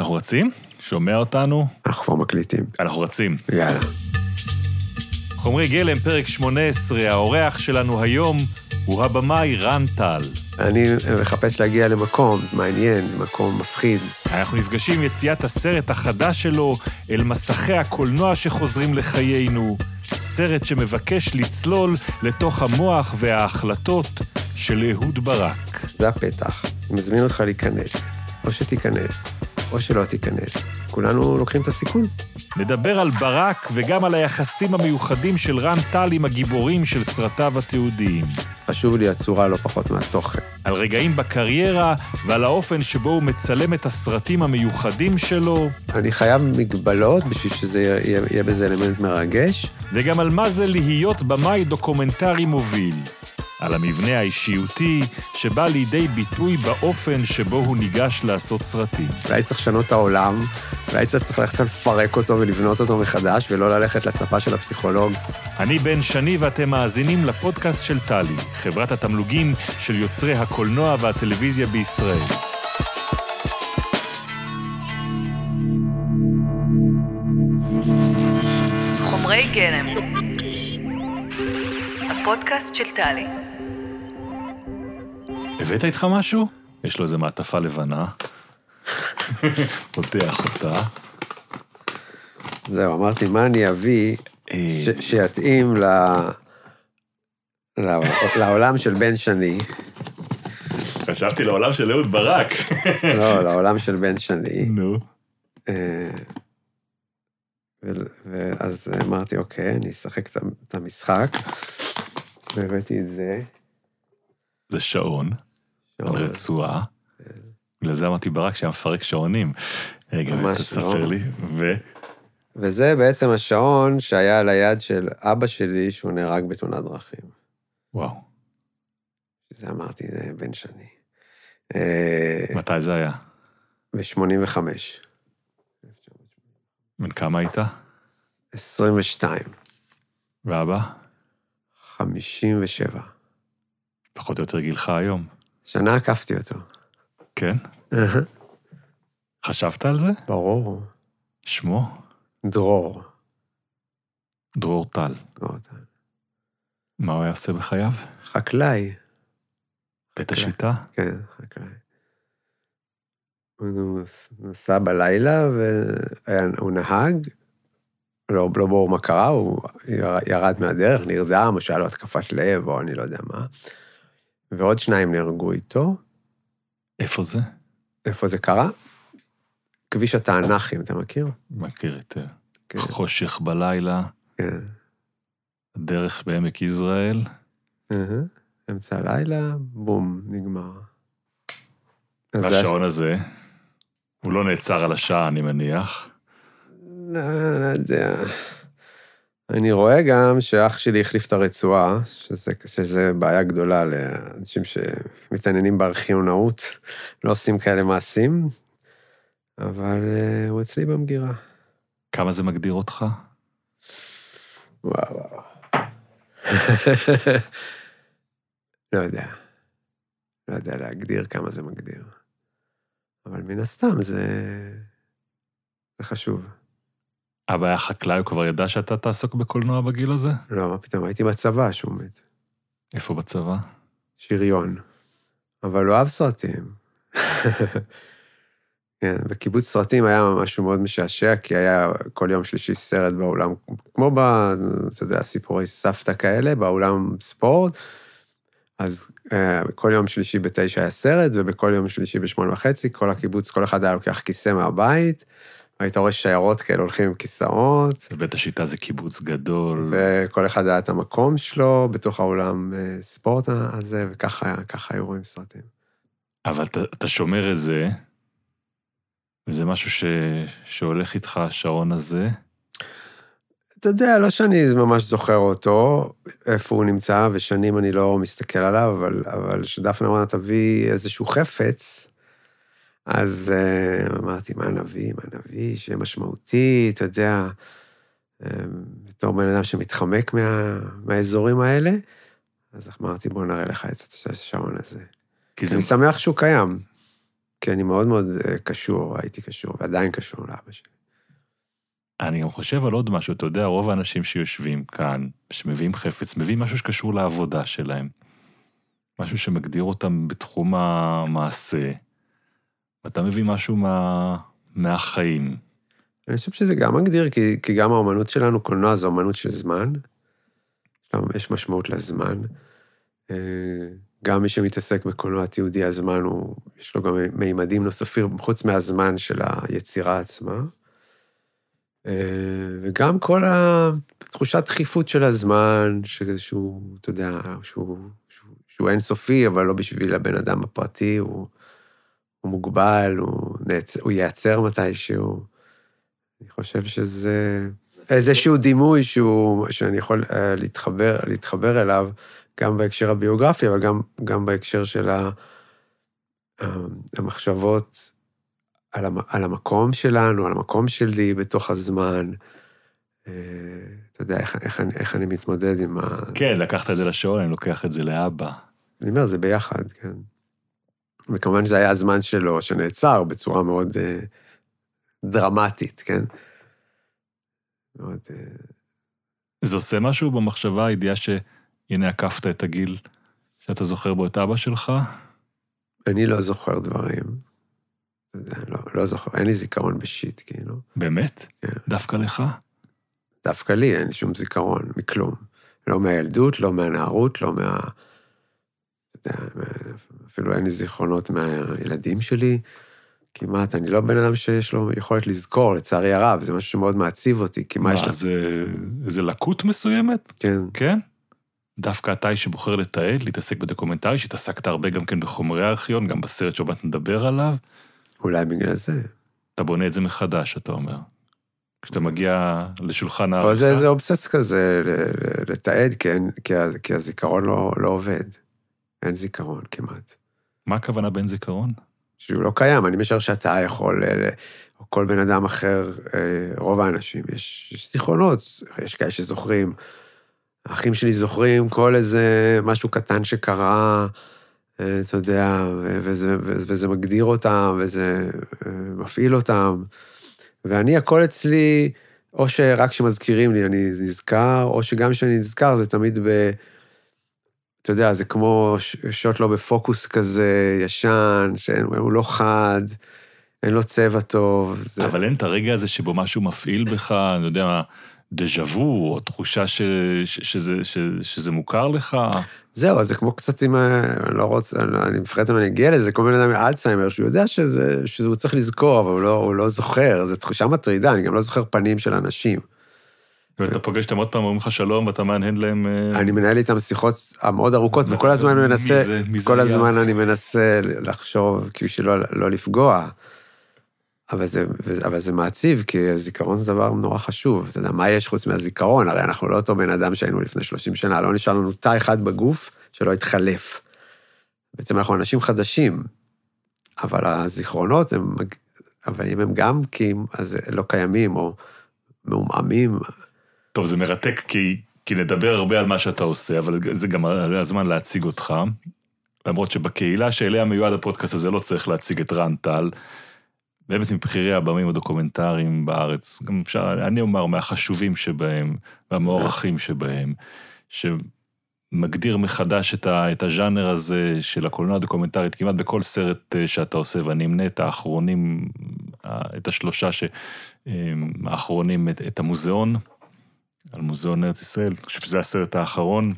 אנחנו רצים? שומע אותנו? אנחנו כבר מקליטים. אנחנו רצים. יאללה. חומרי גלם, פרק 18, האורח שלנו היום הוא הבמאי רן טל. אני מחפש להגיע למקום מעניין, מקום מפחיד. אנחנו נפגשים עם יציאת הסרט החדש שלו אל מסכי הקולנוע שחוזרים לחיינו. סרט שמבקש לצלול לתוך המוח וההחלטות של אהוד ברק. זה הפתח. אני מזמין אותך להיכנס. או שתיכנס, או שלא תיכנס. כולנו לוקחים את הסיכון. נדבר על ברק וגם על היחסים המיוחדים של רן טל עם הגיבורים של סרטיו התיעודיים. חשוב לי הצורה לא פחות מהתוכן. על רגעים בקריירה ועל האופן שבו הוא מצלם את הסרטים המיוחדים שלו. אני חייב מגבלות בשביל שזה יהיה בזה אלמנט מרגש. וגם על מה זה להיות במאי דוקומנטרי מוביל. על המבנה האישיותי שבא לידי ביטוי באופן שבו הוא ניגש לעשות סרטים. אולי צריך לשנות את העולם, אולי צריך ללכת לפרק אותו ולבנות אותו מחדש, ולא ללכת לספה של הפסיכולוג. אני בן שני ואתם מאזינים לפודקאסט של טלי, חברת התמלוגים של יוצרי הקולנוע והטלוויזיה בישראל. חומרי גלם, הפודקאסט של טלי. הבאת איתך משהו? יש לו איזה מעטפה לבנה. פותח אותה. זהו, אמרתי, מה אני אביא שיתאים לעולם של בן שני. חשבתי לעולם של אהוד ברק. לא, לעולם של בן שני. נו. ואז אמרתי, אוקיי, אני אשחק את המשחק. והבאתי את זה. זה שעון. על רצועה. לזה אמרתי ברק שהיה מפרק שעונים. רגע, תספר לי. וזה בעצם השעון שהיה על היד של אבא שלי, שהוא נהרג בתאונת דרכים. וואו. זה אמרתי, זה בן שני. מתי זה היה? ב-85. בן כמה היית? 22. ואבא? 57. פחות או יותר גילך היום. שנה עקפתי אותו. כן? חשבת על זה? ברור. שמו? דרור. דרור טל. דרור טל. מה הוא היה עושה בחייו? חקלאי. בית השיטה? כן, חקלאי. הוא נסע בלילה והוא נהג, לא ברור מה קרה, הוא ירד מהדרך, נרדם, או שהיה לו התקפת לב, או אני לא יודע מה. ועוד שניים נהרגו איתו. איפה זה? איפה זה קרה? כביש התענכים, אתה מכיר? מכיר את כן. חושך בלילה. כן. דרך בעמק יזרעאל. אמצע הלילה, בום, נגמר. והשעון הזה, הוא לא נעצר על השעה, אני מניח. לא יודע. אני רואה גם שאח שלי החליף את הרצועה, שזה בעיה גדולה לאנשים שמתעניינים בארכיונאות, לא עושים כאלה מעשים, אבל הוא אצלי במגירה. כמה זה מגדיר אותך? וואו. לא יודע. לא יודע להגדיר כמה זה מגדיר. אבל מן הסתם זה חשוב. אבא היה חקלאי, הוא כבר ידע שאתה תעסוק בקולנוע בגיל הזה? לא, מה פתאום, הייתי בצבא שהוא מת. איפה בצבא? שריון. אבל הוא אהב סרטים. כן, בקיבוץ סרטים היה משהו מאוד משעשע, כי היה כל יום שלישי סרט באולם, כמו אתה יודע, סיפורי סבתא כאלה, באולם ספורט, אז כל יום שלישי ב9 היה סרט, ובכל יום שלישי ב8:30, כל הקיבוץ, כל אחד היה לוקח כיסא מהבית, היית רואה שיירות כאלה הולכים עם כיסאות. בית השיטה זה קיבוץ גדול. וכל אחד היה את המקום שלו, בתוך האולם ספורט הזה, וככה היו רואים סרטים. אבל אתה שומר את זה, וזה משהו שהולך איתך, השעון הזה. אתה יודע, לא שאני ממש זוכר אותו, איפה הוא נמצא, ושנים אני לא מסתכל עליו, אבל שדפנה אמרה, תביא איזשהו חפץ, אז אמרתי, מה נביא, שיהיה משמעותי, אתה יודע, בתור בן אדם שמתחמק מהאזורים האלה, אז אמרתי, בוא נראה לך את השעון הזה. אני שמח שהוא קיים. כי אני מאוד מאוד קשור, הייתי קשור, ועדיין קשור לאבא שלי. אני גם חושב על עוד משהו, אתה יודע, רוב האנשים שיושבים כאן, שמביאים חפץ, מביאים משהו שקשור לעבודה שלהם. משהו שמגדיר אותם בתחום המעשה. ואתה מביא משהו מהחיים. אני חושב שזה גם מגדיר, כי גם האומנות שלנו, קולנוע זו אומנות של זמן. יש משמעות לזמן. גם מי שמתעסק בקולנוע תיעודי הזמן, יש לו גם מימדים נוספים, חוץ מהזמן של היצירה עצמה. וגם כל התחושת דחיפות של הזמן, שהוא, אתה יודע, שהוא אינסופי, אבל לא בשביל הבן אדם הפרטי, הוא מוגבל, הוא ייעצר מתישהו. אני חושב שזה איזשהו דימוי שאני יכול להתחבר אליו, גם בהקשר הביוגרפי, אבל גם בהקשר של המחשבות על המקום שלנו, על המקום שלי בתוך הזמן. אתה יודע, איך אני מתמודד עם כן, לקחת את זה לשאול, אני לוקח את זה לאבא. אני אומר, זה ביחד, כן. וכמובן שזה היה הזמן שלו, שנעצר בצורה מאוד דרמטית, כן? מאוד... זה עושה משהו במחשבה, הידיעה שהנה עקפת את הגיל שאתה זוכר בו את אבא שלך? אני לא זוכר דברים. אתה יודע, לא זוכר, אין לי זיכרון בשיט, כאילו. באמת? כן. דווקא לך? דווקא לי אין לי שום זיכרון, מכלום. לא מהילדות, לא מהנערות, לא מה... אתה יודע, אפילו אין לי זיכרונות מהילדים שלי. כמעט, אני לא בן אדם שיש לו יכולת לזכור, לצערי הרב, זה משהו שמאוד מעציב אותי, כי מה יש לה... זה לקות מסוימת? כן. כן? דווקא אתה שבוחר לתעד, להתעסק בדוקומנטרי, שהתעסקת הרבה גם כן בחומרי הארכיון, גם בסרט שעוד נדבר עליו. אולי בגלל זה. אתה בונה את זה מחדש, אתה אומר. כשאתה מגיע לשולחן הערכה... אבל זה אובסס כזה, לתעד, כי הזיכרון לא עובד. אין זיכרון כמעט. מה הכוונה בין זיכרון? שהוא לא קיים, אני משער שאתה יכול, או כל בן אדם אחר, רוב האנשים, יש זיכרונות, יש כאלה שזוכרים, האחים שלי זוכרים כל איזה משהו קטן שקרה, אתה יודע, וזה מגדיר אותם, וזה מפעיל אותם, ואני, הכל אצלי, או שרק שמזכירים לי אני נזכר, או שגם שאני נזכר זה תמיד אתה יודע, זה כמו שוט לא בפוקוס כזה, ישן, שהוא לא חד, אין לו צבע טוב. אבל אין את הרגע הזה שבו משהו מפעיל בך, אני יודע, דז'אבו, או תחושה שזה מוכר לך. זהו, אז זה כמו קצת אם אני לא רוצה, אני מפחד אם אני אגיע לזה, כל מיני אדם מאלצהיימר, שהוא יודע שהוא צריך לזכור, אבל הוא לא זוכר, זו תחושה מטרידה, אני גם לא זוכר פנים של אנשים. ואתה פוגש אותם עוד פעם, אומרים לך שלום, ואתה מהנהן להם... אני מנהל איתם שיחות מאוד ארוכות, וכל הזמן אני מנסה לחשוב, כאילו שלא לפגוע. אבל זה מעציב, כי הזיכרון זה דבר נורא חשוב. אתה יודע, מה יש חוץ מהזיכרון? הרי אנחנו לא אותו בן אדם שהיינו לפני 30 שנה, לא נשאר לנו תא אחד בגוף שלא התחלף. בעצם אנחנו אנשים חדשים, אבל הזיכרונות, אבל אם הם גם אז לא קיימים או מעומעמים. טוב, זה מרתק, כי נדבר הרבה על מה שאתה עושה, אבל זה גם הזמן להציג אותך, למרות שבקהילה שאליה מיועד הפודקאסט הזה לא צריך להציג את רן טל, באמת מבחירי הבמים הדוקומנטריים בארץ, גם אפשר, אני אומר, מהחשובים שבהם, והמוערכים שבהם, שמגדיר מחדש את הז'אנר הזה של הקולנוע הדוקומנטרית, כמעט בכל סרט שאתה עושה, ואני אמנה את האחרונים, את השלושה האחרונים, את המוזיאון, על מוזיאון ארץ ישראל, אני חושב שזה הסרט האחרון,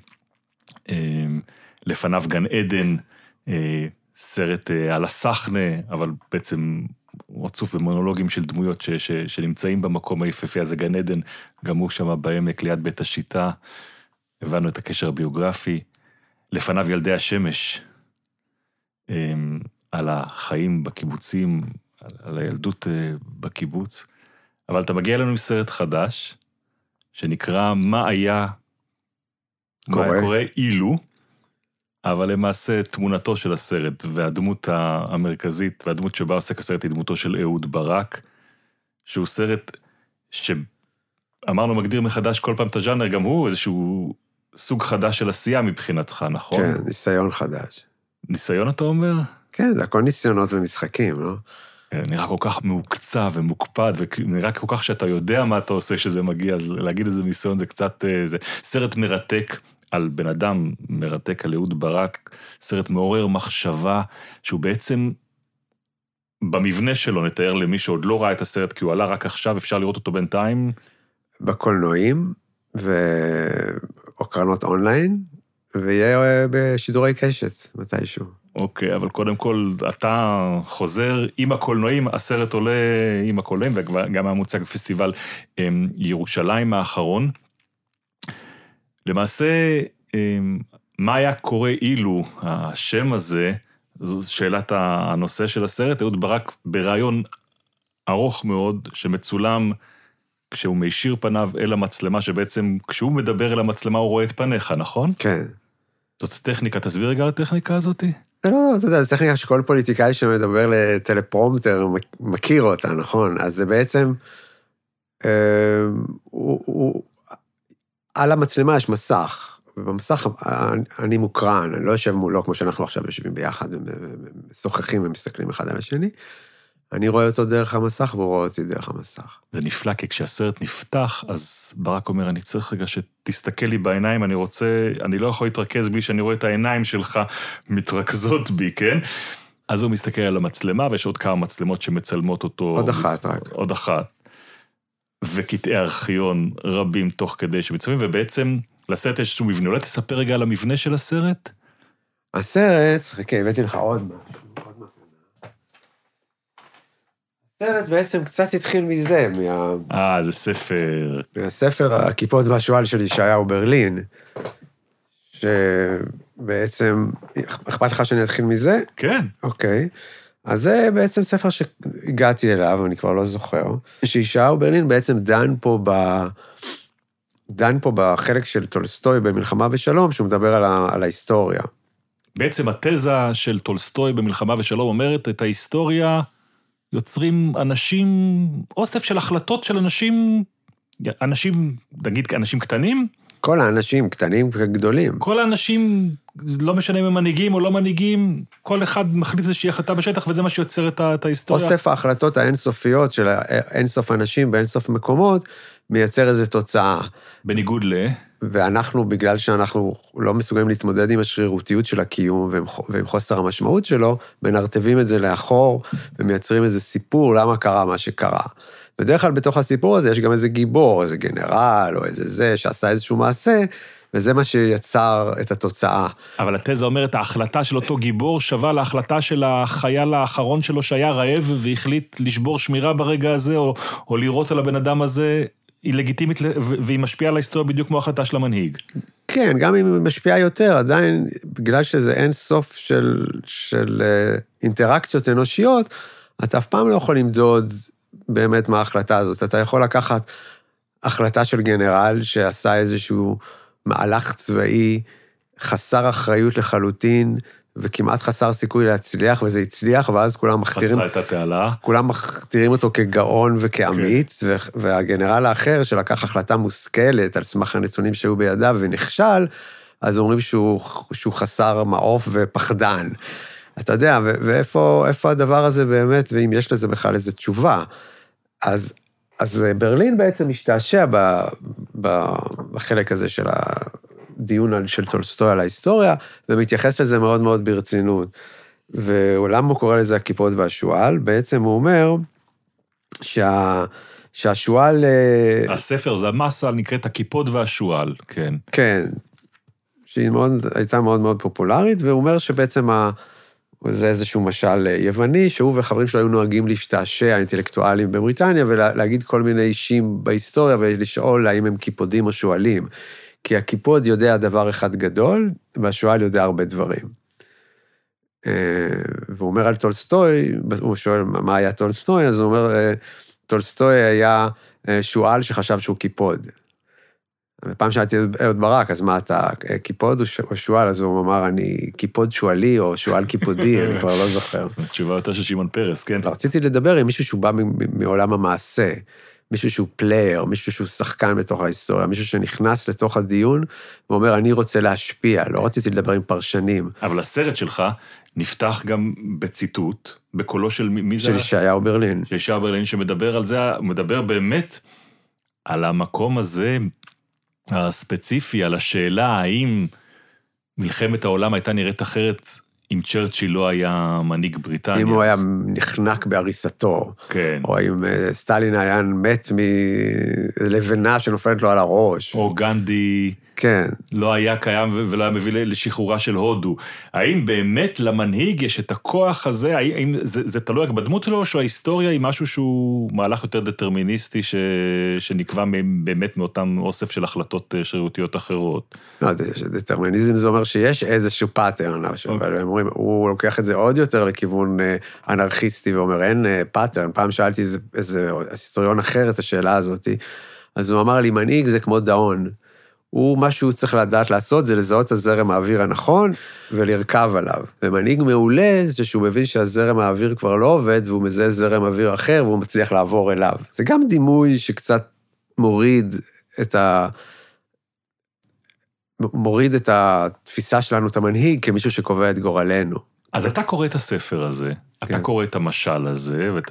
לפניו גן עדן, סרט על הסחנה, אבל בעצם רצוף במונולוגים של דמויות שנמצאים במקום היפהפה הזה, גן עדן, גם הוא שם בעמק ליד בית השיטה, הבנו את הקשר הביוגרפי, לפניו ילדי השמש, על החיים בקיבוצים, על הילדות בקיבוץ, אבל אתה מגיע אלינו עם סרט חדש, שנקרא מה היה קורה אילו, אבל למעשה תמונתו של הסרט, והדמות המרכזית, והדמות שבה עוסק הסרט היא דמותו של אהוד ברק, שהוא סרט שאמרנו מגדיר מחדש כל פעם את הז'אנר, גם הוא איזשהו סוג חדש של עשייה מבחינתך, נכון? כן, ניסיון חדש. ניסיון אתה אומר? כן, זה הכל ניסיונות ומשחקים, לא? נראה כל כך מעוקצה ומוקפד, ונראה כל כך שאתה יודע מה אתה עושה שזה מגיע, אז להגיד איזה ניסיון זה קצת, זה סרט מרתק על בן אדם, מרתק על אהוד ברק, סרט מעורר מחשבה, שהוא בעצם, במבנה שלו נתאר למי שעוד לא ראה את הסרט, כי הוא עלה רק עכשיו, אפשר לראות אותו בינתיים. בקולנועים, או קרנות אונליין, ויהיה בשידורי קשת, מתישהו. אוקיי, אבל קודם כל, אתה חוזר עם הקולנועים, הסרט עולה עם הקולנועים, וגם המוצג בפסטיבל ירושלים האחרון. למעשה, מה היה קורה אילו השם הזה, זו שאלת הנושא של הסרט, אהוד ברק ברעיון ארוך מאוד, שמצולם כשהוא מישיר פניו אל המצלמה, שבעצם כשהוא מדבר אל המצלמה הוא רואה את פניך, נכון? כן. זאת טכניקה, תסביר רגע על הטכניקה הזאת? לא, אתה יודע, זו טכניקה שכל פוליטיקאי שמדבר לטלפרומטר מכיר אותה, נכון? אז זה בעצם, על המצלמה יש מסך, ובמסך אני מוקרן, אני לא יושב מולו כמו שאנחנו עכשיו יושבים ביחד, ומשוחחים ומסתכלים אחד על השני, אני רואה אותו דרך המסך, והוא רואה אותי דרך המסך. זה נפלא, כי כשהסרט נפתח, אז ברק אומר, אני צריך רגע שתסתכל לי בעיניים, אני לא יכול להתרכז בי, שאני רואה את העיניים שלך מתרכזות בי, כן? אז הוא מסתכל על המצלמה, ויש עוד כמה מצלמות שמצלמות אותו. עוד אחת רק. עוד אחת. וקטעי ארכיון רבים תוך כדי שמצלמים, ובעצם לסרט יש איזשהו מבנה. אולי תספר רגע על המבנה של הסרט? הסרט, חכה, הבאתי לך עוד משהו. הסרט בעצם קצת התחיל מזה, זה ספר. מהספר הכיפות והשואל של ישעיהו ברלין, שבעצם, אכפת לך שאני אתחיל מזה? כן. אוקיי. אז זה בעצם ספר שהגעתי אליו, אני כבר לא זוכר, שישעיהו ברלין בעצם דן פה בחלק של טולסטוי במלחמה ושלום, שהוא מדבר על ההיסטוריה. בעצם התזה של טולסטוי במלחמה ושלום אומרת את ההיסטוריה, יוצרים אנשים, אוסף של החלטות של אנשים, נגיד אנשים קטנים? כל האנשים, קטנים וגדולים. כל האנשים, לא משנה אם הם מנהיגים או לא מנהיגים, כל אחד מחליט איזושהי החלטה בשטח, וזה מה שיוצר את ההיסטוריה. אוסף ההחלטות האינסופיות של האינסוף אנשים באינסוף מקומות, מייצר איזו תוצאה. בניגוד ואנחנו, בגלל שאנחנו לא מסוגלים להתמודד עם השרירותיות של הקיום ועם חוסר המשמעות שלו, מנרטבים את זה לאחור ומייצרים איזה סיפור למה קרה מה שקרה. בדרך כלל בתוך הסיפור הזה יש גם איזה גיבור, איזה גנרל או איזה זה שעשה איזשהו מעשה, וזה מה שיצר את התוצאה. אבל התזה אומרת, ההחלטה של אותו גיבור שווה להחלטה של החייל האחרון שלו שהיה רעב והחליט לשבור שמירה ברגע הזה, או לראות על הבן אדם הזה, היא לגיטימית והיא משפיעה על ההיסטוריה בדיוק כמו החלטה של המנהיג. כן, גם אם היא משפיעה יותר, עדיין, בגלל שזה אין סוף של אינטראקציות אנושיות, אתה אף פעם לא יכול למדוד באמת מה ההחלטה הזאת. אתה יכול לקחת החלטה של גנרל שעשה איזשהו מהלך צבאי חסר אחריות לחלוטין, וכמעט חסר סיכוי להצליח, וזה הצליח, ואז כולם מכתירים אותו כגאון וכאמיץ, והגנרל האחר שלקח החלטה מושכלת על סמך הנתונים שהיו בידיו ונכשל, אז אומרים שהוא חסר מעוף ופחדן. אתה יודע, ואיפה הדבר הזה באמת, ואם יש לזה בכלל איזו תשובה. אז ברלין בעצם משתעשע בחלק הזה של הדיון של טולסטוי על ההיסטוריה, ומתייחס לזה מאוד מאוד ברצינות. ולמה הוא קורא לזה הכיפות והשואל? בעצם הוא אומר שהשואל... הספר זה המסה נקראת הכיפות והשואל, כן. כן, שהיא הייתה מאוד מאוד פופולרית, והוא אומר שבעצם זה איזשהו משל יווני, שהוא וחברים שלו היו נוהגים להשתעשע אינטלקטואלים בבריטניה, ולהגיד כל מיני אישים בהיסטוריה, ולשאול האם הם קיפודים או שואלים. כי הקיפוד יודע דבר אחד גדול, והשואל יודע הרבה דברים. והוא אומר על טולסטוי, הוא שואל מה היה טולסטוי, אז הוא אומר, טולסטוי היה שואל שחשב שהוא קיפוד. פעם שאלתי אהוד ברק, אז מה אתה, קיפוד או שואל? אז הוא אמר, אני קיפוד שואלי או שואל קיפודי, אני כבר לא זוכר. תשובה יותר של שמעון פרס, כן. רציתי לדבר עם מישהו שהוא בא מעולם המעשה, מישהו שהוא פלייר, מישהו שהוא שחקן בתוך ההיסטוריה, מישהו שנכנס לתוך הדיון, ואומר, אני רוצה להשפיע, לא רציתי לדבר עם פרשנים. אבל הסרט שלך נפתח גם בציטוט, בקולו של מי זה? של ישעיהו ברלין. של ישעיהו ברלין שמדבר על זה, הוא מדבר באמת על המקום הזה הספציפי, על השאלה האם מלחמת העולם הייתה נראית אחרת אם צ'רצ'יל לא היה מנהיג בריטניה. אם הוא היה נחנק בהריסתו. כן. או אם סטלין היה מת מלבנה שנופלת לו על הראש. או גנדי כן. לא היה קיים ולא היה מביא לשחרורה של הודו. האם באמת למנהיג יש את הכוח הזה? האם זה תלוי רק בדמות שלו, או שההיסטוריה היא משהו שהוא מהלך יותר דטרמיניסטי שנקבע באמת מאותם אוסף של החלטות שרירותיות אחרות? לא, דטרמיניזם זה אומר שיש איזשהו פאטרן, אבל הם אומרים, הוא לוקח את זה עוד יותר לכיוון אנרכיסטי, ואומר, אין פאטרן. פעם שאלתי איזה היסטוריון אחר את השאלה הזאת, אז הוא אמר לי, מנהיג זה כמו דאון. מה שהוא צריך לדעת לעשות, זה לזהות את הזרם האוויר הנכון, ולרכב עליו. ומנהיג מעולה, זה שהוא מבין שהזרם האוויר כבר לא עובד, והוא מזהה זרם אוויר אחר, והוא מצליח לעבור אליו. זה גם דימוי שקצת מוריד את התפיסה שלנו, את המנהיג, כמישהו שקובע את גורלנו. אז אתה קורא את הספר הזה, אתה קורא את המשל הזה, ואת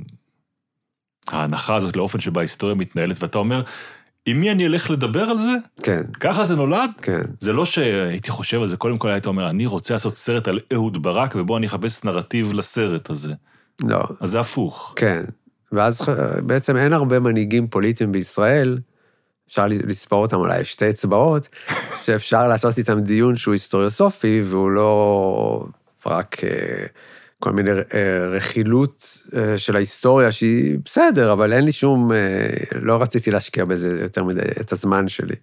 ההנחה הזאת לאופן שבה ההיסטוריה מתנהלת, ואתה אומר, עם מי אני אלך לדבר על זה? כן. ככה זה נולד? כן. זה לא שהייתי חושב על זה, קודם כל היית אומר, אני רוצה לעשות סרט על אהוד ברק, ובוא אני אחפש נרטיב לסרט הזה. לא. אז זה הפוך. כן. ואז בעצם אין הרבה מנהיגים פוליטיים בישראל, אפשר לספור אותם אולי 2 אצבעות, שאפשר לעשות איתם דיון שהוא היסטוריוסופי, והוא לא רק כל מיני רכילות של ההיסטוריה, שהיא בסדר, אבל אין לי שום, לא רציתי להשקיע בזה יותר מדי את הזמן שלי.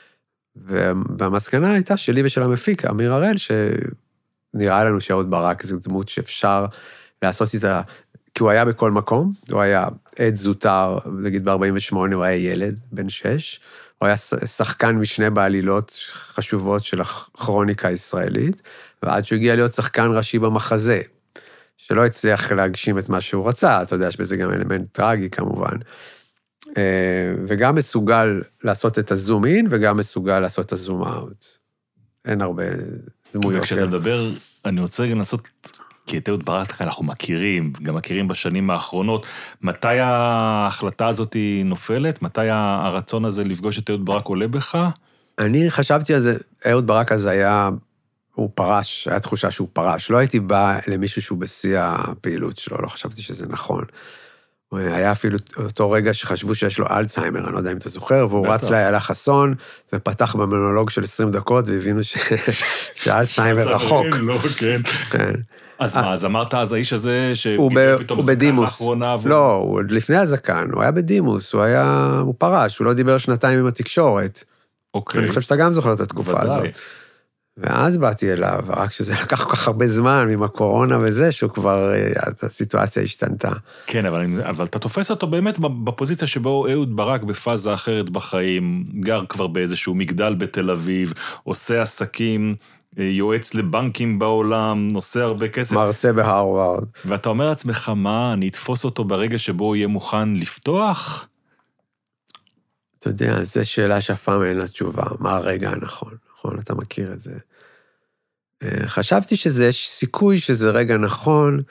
והמסקנה הייתה שלי ושל המפיק, אמיר הראל, שנראה לנו שאהוד ברק זו דמות שאפשר לעשות איתה, כי הוא היה בכל מקום, הוא היה עד זוטר, נגיד ב-48 הוא היה ילד, בן 6, הוא היה שחקן משנה בעלילות חשובות של הכרוניקה הישראלית, ועד שהוא הגיע להיות שחקן ראשי במחזה, שלא הצליח להגשים את מה שהוא רצה, אתה יודע, יש בזה גם אלמנט טרגי כמובן, וגם מסוגל לעשות את הזום אין, וגם מסוגל לעשות את הזום אאוט. אין הרבה דמויות. וכשאתה מדבר, אני רוצה לנסות, כי את אהוד ברק אנחנו מכירים, גם מכירים בשנים האחרונות, מתי ההחלטה הזאת נופלת? מתי הרצון הזה לפגוש את אהוד ברק עולה בך? אני חשבתי על זה, אהוד ברק אז הוא פרש, היה תחושה שהוא פרש. לא הייתי בא למישהו שהוא בשיא הפעילות שלו, לא חשבתי שזה נכון. היה אפילו אותו רגע שחשבו שיש לו אלצהיימר, אני לא יודע אם אתה זוכר, והוא רץ לאיילה חסון, ופתח במונולוג של 20 דקות, והבינו שאלצהיימר רחוק. כן. אז מה, אז אמרת אז האיש הזה, הוא בדימוס. לא, הוא עוד לפני הזקן, הוא היה בדימוס, הוא פרש, הוא לא דיבר 2 עם התקשורת. אני חושב שאתה גם זוכר את התקופה הזאת. ואז באתי אליו, רק שזה לקח כל כך הרבה זמן עם הקורונה וזה, שהוא כבר, הסיטואציה השתנתה. כן, אבל אתה תופס אותו באמת בפוזיציה שבו אהוד ברק בפאזה אחרת בחיים, גר כבר באיזשהו מגדל בתל אביב, עושה עסקים, יועץ לבנקים בעולם, נושא הרבה כסף. מרצה בהרווארד. ואתה אומר לעצמך, מה, אני אתפוס אותו ברגע שבו הוא יהיה מוכן לפתוח? אתה יודע, זו שאלה שאף פעם אין לה תשובה, מה הרגע הנכון, נכון? אתה מכיר את זה. חשבתי יש סיכוי שזה רגע נכון,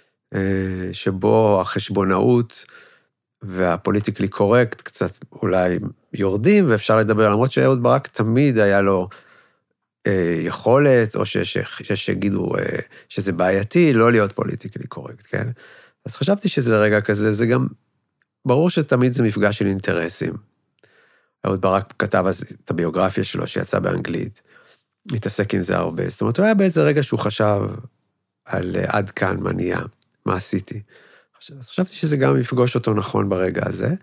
שבו החשבונאות והפוליטיקלי קורקט קצת אולי יורדים, ואפשר לדבר, למרות שאהוד ברק תמיד היה לו יכולת, או שיגידו שזה בעייתי, לא להיות פוליטיקלי קורקט, כן? אז חשבתי שזה רגע כזה, זה גם, ברור שתמיד זה מפגש של אינטרסים. אהוד ברק כתב אז את הביוגרפיה שלו, שיצא באנגלית, מתעסק עם זה הרבה. זאת אומרת, הוא היה באיזה רגע שהוא חשב על עד כאן, מה נהיה, מה עשיתי. אז חשבתי שזה גם יפגוש אותו נכון ברגע הזה.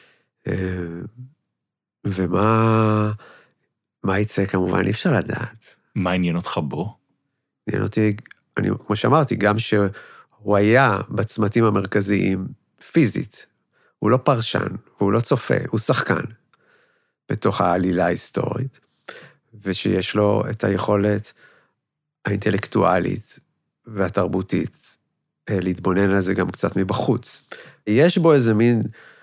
ומה יצא כמובן, אי אפשר לדעת. מה עניין אותך בו? עניין אותי, כמו שאמרתי, גם שהוא היה בצמתים המרכזיים פיזית. הוא לא פרשן, והוא לא צופה, הוא שחקן. בתוך העלילה ההיסטורית, ושיש לו את היכולת האינטלקטואלית והתרבותית להתבונן על זה גם קצת מבחוץ. יש בו איזה מין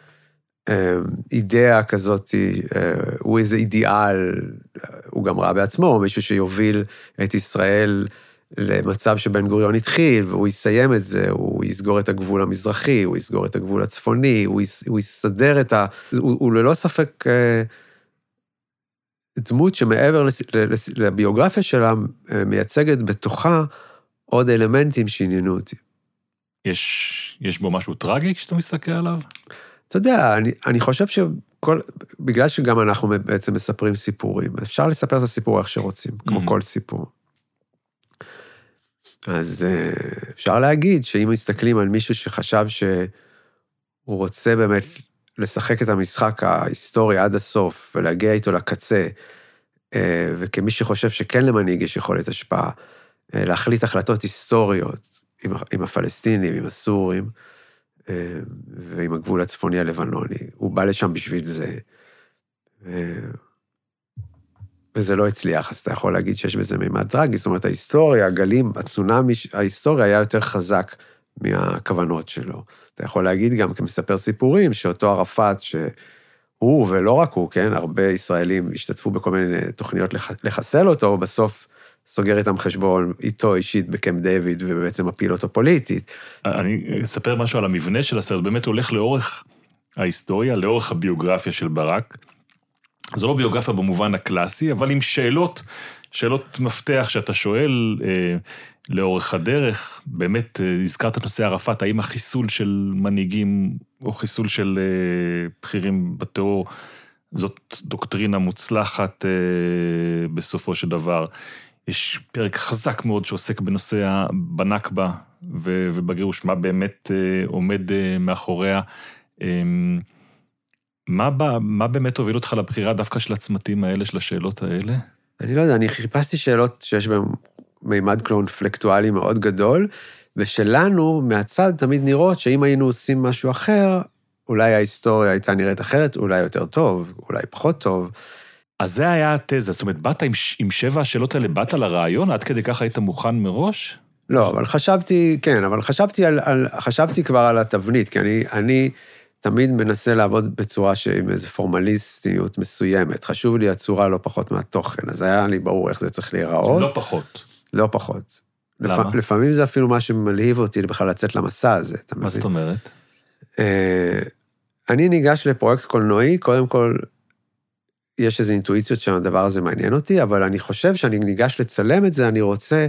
אידאה כזאת, הוא איזה אידיאל, הוא גם ראה בעצמו, מישהו שיוביל את ישראל למצב שבן גוריון התחיל, והוא יסיים את זה, הוא יסגור את הגבול המזרחי, הוא יסגור את הגבול הצפוני, הוא יסדר את הוא ללא ספק דמות שמעבר לביוגרפיה שלה, מייצגת בתוכה עוד אלמנטים שעניינו אותי. יש בו משהו טרגי כשאתה מסתכל עליו? אתה יודע, אני חושב בגלל שגם אנחנו בעצם מספרים סיפורים, אפשר לספר את הסיפור איך שרוצים, כמו כל סיפור. אז אפשר להגיד שאם מסתכלים על מישהו שחשב שהוא רוצה באמת לשחק את המשחק ההיסטורי עד הסוף, ולהגיע איתו לקצה, וכמי שחושב שכן למנהיג יש יכולת השפעה, להחליט החלטות היסטוריות עם הפלסטינים, עם הסורים, ועם הגבול הצפוני הלבנוני. הוא בא לשם בשביל זה, וזה לא הצליח, אז אתה יכול להגיד שיש בזה מימד טרגי, זאת אומרת, ההיסטוריה, הגלים, הצונאמי, ההיסטוריה היה יותר חזק מהכוונות שלו. אתה יכול להגיד גם כמספר סיפורים, שאותו ערפאת, שהוא ולא רק הוא, כן, הרבה ישראלים השתתפו בכל מיני תוכניות לחסל אותו, בסוף סוגר איתם חשבון איתו אישית בקמפ דיוויד, ובעצם מפיל אותו פוליטית. אני אספר משהו על המבנה של הסרט, באמת הולך לאורך ההיסטוריה, לאורך הביוגרפיה של ברק. זו לא ביוגרפיה במובן הקלאסי, אבל עם שאלות מפתח שאתה שואל לאורך הדרך, באמת הזכרת את נושא ערפאת, האם החיסול של מנהיגים או חיסול של בכירים בטרור, זאת דוקטרינה מוצלחת בסופו של דבר. יש פרק חזק מאוד שעוסק בנושא בנכבה ובגירוש, מה באמת עומד מאחוריה. מה באמת הוביל אותך לבחירה דווקא של הצמתים האלה, של השאלות האלה? אני לא יודע, אני חיפשתי שאלות שיש בהן מימד קונפלקטואלי מאוד גדול, ושלנו מהצד תמיד נראות שאם היינו עושים משהו אחר, אולי ההיסטוריה הייתה נראית אחרת, אולי יותר טוב, אולי פחות טוב. אז זה היה התזה, זאת אומרת, באת עם 7 השאלות האלה, באת לרעיון, עד כדי ככה היית מוכן מראש? לא, אבל חשבתי כבר על התבנית, כי אני תמיד מנסה לעבוד בצורה עם איזו פורמליסטיות מסוימת. חשוב לי הצורה לא פחות מהתוכן, אז היה לי ברור איך זה צריך להיראות. לא פחות. לא פחות. למה? לפעמים זה אפילו מה שמלהיב אותי בכלל לצאת למסע הזה. מה זאת אומרת? אני ניגש לפרויקט קולנועי, קודם כל, יש איזו אינטואיציות שהדבר הזה מעניין אותי, אבל אני חושב שאני ניגש לצלם את זה, אני רוצה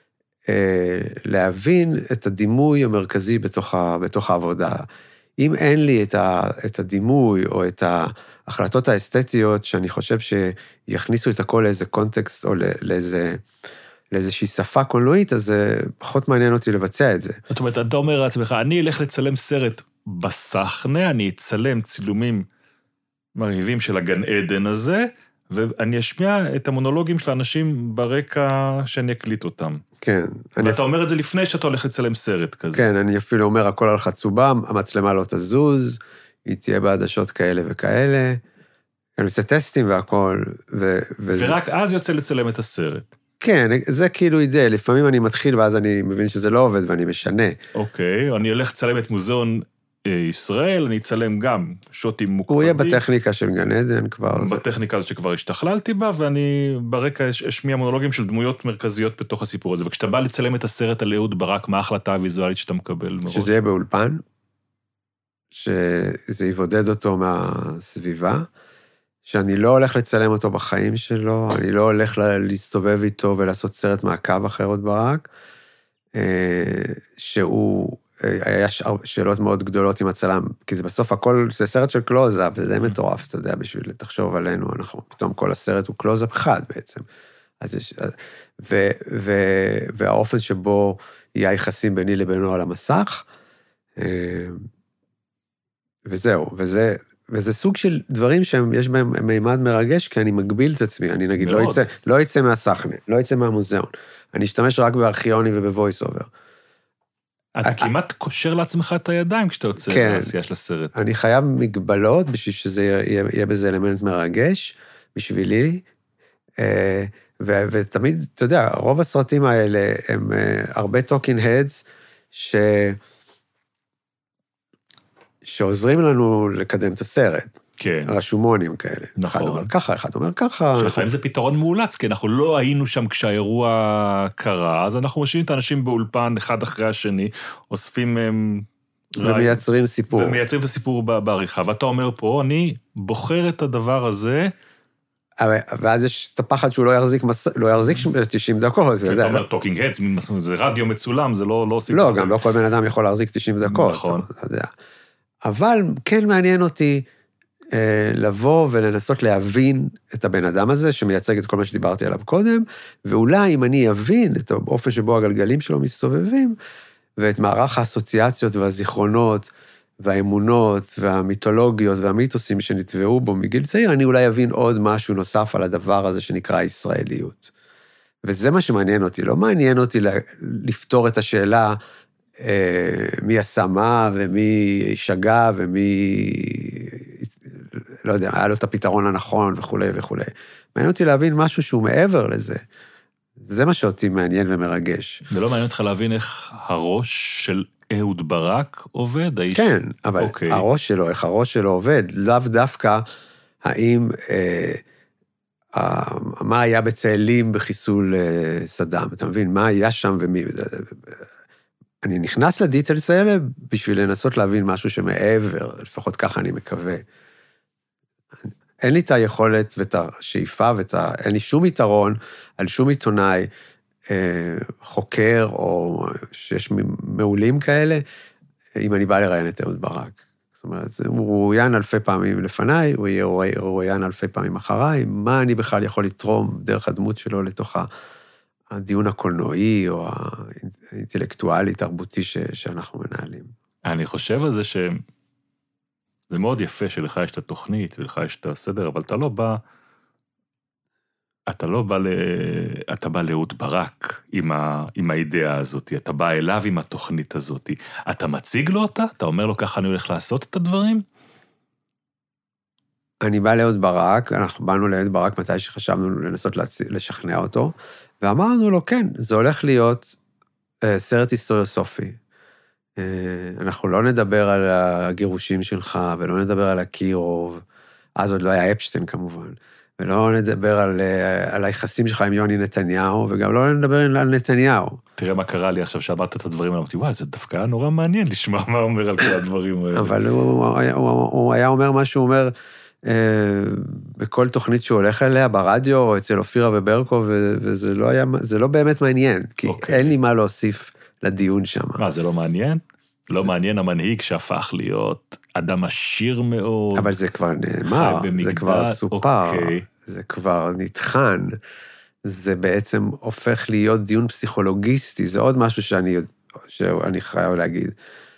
להבין את הדימוי המרכזי בתוך העבודה. אם אין לי את הדימוי או את ההחלטות האסתטיות, שאני חושב שיכניסו את הכל לאיזה קונטקסט או לאיזושהי שפה קולנועית, אז זה פחות מעניין אותי לבצע את זה. זאת אומרת, אתה אומר לעצמך, אני אלך לצלם סרט בסחנה, אני אצלם צילומים מרהיבים של הגן עדן הזה, ואני אשמיע את המונולוגים של האנשים ברקע שאני אקליט אותם. כן. ואתה אומר את זה לפני שאתה הולך לצלם סרט כזה. כן, אני אפילו אומר, הכל על חצובם, המצלמה לא תזוז, היא תהיה בעדשות כאלה וכאלה, אני עושה טסטים והכל, ורק אז יוצא לצלם את הסרט. כן, זה כאילו אידאה, לפעמים אני מתחיל ואז אני מבין שזה לא עובד ואני משנה. אוקיי, אני הולך לצלם את מוזיאון ישראל, אני אצלם גם שוטים מוקפדים. הוא יהיה בטכניקה של גן עדן כבר. בטכניקה הזאת שכבר השתכללתי בה, ואני ברקע אשמיע מונולוגים של דמויות מרכזיות בתוך הסיפור הזה. וכשאתה בא לצלם את הסרט על אהוד ברק, מה ההחלטה הוויזואלית שאתה מקבל מראש? שזה יהיה באולפן, שזה יבודד אותו מהסביבה, שאני לא הולך לצלם אותו בחיים שלו, אני לא הולך להסתובב איתו ולעשות סרט מעקב אחרי אהוד ברק, שהוא... היה שאלות מאוד גדולות עם הצלם, כי זה בסוף הכל, זה סרט של קלוזאפ, זה די מטורף, אתה יודע, בשביל תחשוב עלינו, אנחנו, פתאום כל הסרט הוא קלוזאפ אחד בעצם. אז יש, והאופן שבו יהיה היחסים ביני לבינו על המסך, וזהו, וזה סוג של דברים שיש בהם מימד מרגש, כי אני מגביל את עצמי, אני נגיד, לא יצא מהסחנה, לא יצא מהמוזיאון, אני אשתמש רק בארכיוני ובוויס אובר. אתה כמעט קושר לעצמך את הידיים כשאתה יוצא לעשייה של הסרט. אני חייב מגבלות בשביל שזה יהיה בזה אלמנט מרגש, בשבילי, ותמיד, אתה יודע, רוב הסרטים האלה הם הרבה טוקינג הדס, שעוזרים לנו לקדם את הסרט. כן. רשומונים כאלה. נכון. אחד אומר ככה, אחד אומר ככה. שלפעמים זה פתרון מאולץ, כי אנחנו לא היינו שם כשהאירוע קרה, אז אנחנו משאירים את האנשים באולפן אחד אחרי השני, אוספים ומייצרים סיפור. ומייצרים את הסיפור בעריכה, ואתה אומר פה, אני בוחר את הדבר הזה, ואז יש את הפחד שהוא לא יחזיק 90 דקות. אתה אומר, טוקינג הדס, זה רדיו מצולם, זה לא עושים... לא, גם לא כל בן אדם יכול להחזיק 90 דקות. נכון. אבל כן מעניין אותי לבוא ולנסות להבין את הבן אדם הזה, שמייצג את כל מה שדיברתי עליו קודם, ואולי אם אני אבין את האופן שבו הגלגלים שלו מסתובבים, ואת מערך האסוציאציות והזיכרונות, והאמונות, והמיתולוגיות, והמיתוסים שנטבעו בו מגיל צעיר, אני אולי אבין עוד משהו נוסף על הדבר הזה שנקרא ישראליות. וזה מה שמעניין אותי. לא מעניין אותי לפתור את השאלה מי עשה מה, ומי שגה, ומי, לא יודע, היה לו את הפתרון הנכון וכו' וכו'. מעניין אותי להבין משהו שהוא מעבר לזה. זה מה שאותי מעניין ומרגש. זה לא מעניין אותך להבין איך הראש של אהוד ברק עובד? כן, אבל הראש שלו, איך הראש שלו עובד, לאו דווקא האם, מה היה בצאלים בחיסול סדאם, אתה מבין? מה היה שם ומי... אני נכנס לדיטלס האלה בשביל לנסות להבין משהו שמעבר, לפחות ככה אני מקווה. אין לי את היכולת ואת השאיפה, אין לי שום יתרון על שום עיתונאי, חוקר, או שיש מעולים כאלה, אם אני בא לראיין את אהוד ברק. זאת אומרת, הוא רואיין אלפי פעמים לפניי, הוא יהיה רואיין אלפי פעמים אחריי, מה אני בכלל יכול לתרום דרך הדמות שלו לתוך הדיון הקולנועי, או האינטלקטואלי, תרבותי שאנחנו מנהלים. אני חושב על זה זה מאוד יפה שלך יש את התוכנית, ולך יש את הסדר, אבל אתה בא לאהוד ברק עם האידאה הזאת, אתה בא אליו עם התוכנית הזאת, אתה מציג לו אותה? אתה אומר לו ככה אני הולך לעשות את הדברים? אני בא לאהוד ברק, אנחנו באנו לאהוד ברק מתי שחשבנו לנסות לשכנע אותו, ואמרנו לו כן, זה הולך להיות סרט היסטוריוסופי. אנחנו לא נדבר על הגירושים שלך, ולא נדבר על הקירוב, אז עוד לא היה אפשטיין כמובן, ולא נדבר על היחסים שלך עם יוני נתניהו, וגם לא נדבר על נתניהו. תראה מה קרה לי עכשיו שאמרת את הדברים, אמרתי, וואי, זה דווקא נורא מעניין לשמוע מה אומר על כל הדברים האלה. אבל הוא היה אומר מה שהוא אומר, בכל תוכנית שהוא הולך אליה, ברדיו, או אצל אופירה וברקו, וזה לא באמת מעניין, כי אין לי מה להוסיף לדיון שם. מה, זה לא מעניין? לא מעניין המנהיג שהפך להיות אדם עשיר מאוד. אבל זה כבר נאמר, זה כבר סופר, זה כבר נתחן, זה בעצם הופך להיות דיון פסיכולוגיסטי, זה עוד משהו שאני חייב להגיד.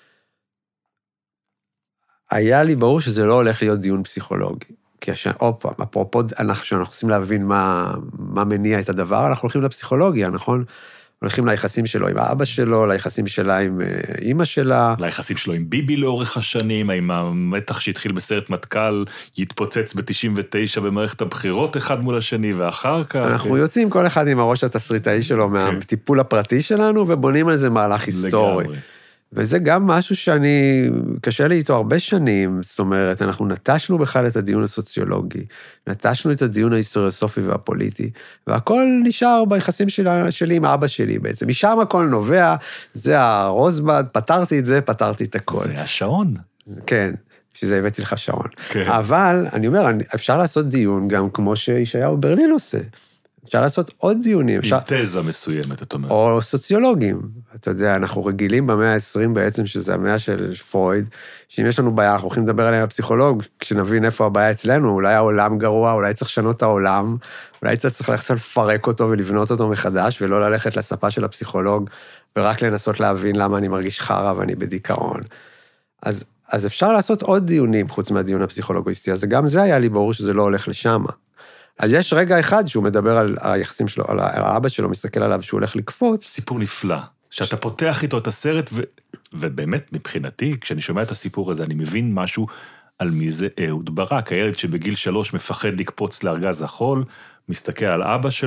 היה לי ברור שזה לא הולך להיות דיון פסיכולוגי, כי אפרופו, שאנחנו רוצים להבין מה מניע את הדבר, אנחנו הולכים לפסיכולוגיה, נכון? הולכים ליחסים שלו עם האבא שלו, ליחסים שלה עם אמא שלה. ליחסים שלו עם ביבי לאורך השנים, עם המתח שהתחיל בסרט מטכ"ל, יתפוצץ ב-99 במערכת הבחירות אחד מול השני, ואחר כך... אנחנו יוצאים כל אחד עם הראש התסריטאי שלו, מהטיפול הפרטי שלנו, ובונים על זה מהלך היסטורי. וזה גם משהו קשה לי איתו הרבה שנים, זאת אומרת, אנחנו נטשנו בכלל את הדיון הסוציולוגי, נטשנו את הדיון ההיסטוריוסופי והפוליטי, והכל נשאר ביחסים שלי עם אבא שלי בעצם. משם הכל נובע, זה הרוזבד, פתרתי את זה, פתרתי את הכל. זה השעון. כן, שזה הבאתי לך שעון. כן. אבל אני אומר, אפשר לעשות דיון גם כמו שישעיהו ברלין עושה. אפשר לעשות עוד דיונים. עם תזה מסוימת, אתה אומר. או סוציולוגים. אתה יודע, אנחנו רגילים במאה ה-20 בעצם, שזה המאה של פרויד, שאם יש לנו בעיה, אנחנו הולכים לדבר עליהם בפסיכולוג, כשנבין איפה הבעיה אצלנו, אולי העולם גרוע, אולי צריך לשנות את העולם, אולי צריך ללכת לפרק אותו ולבנות אותו מחדש, ולא ללכת לספה של הפסיכולוג, ורק לנסות להבין למה אני מרגיש חרא ואני בדיכאון. אז אפשר לעשות עוד דיונים, חוץ מהדיון הפסיכולוגיסטי, אז גם זה היה לי ברור שזה לא הולך לשם. אז יש רגע אחד שהוא מדבר על היחסים שלו, על האבא שלו, מסתכל עליו שהוא הולך לקפוץ. סיפור נפלא, שאתה פותח איתו את הסרט, ובאמת מבחינתי, כשאני שומע את הסיפור הזה, אני מבין משהו על מי זה אהוד ברק, הילד שבגיל 3 מפחד לקפוץ לארגז החול, מסתכל על אבא שלו,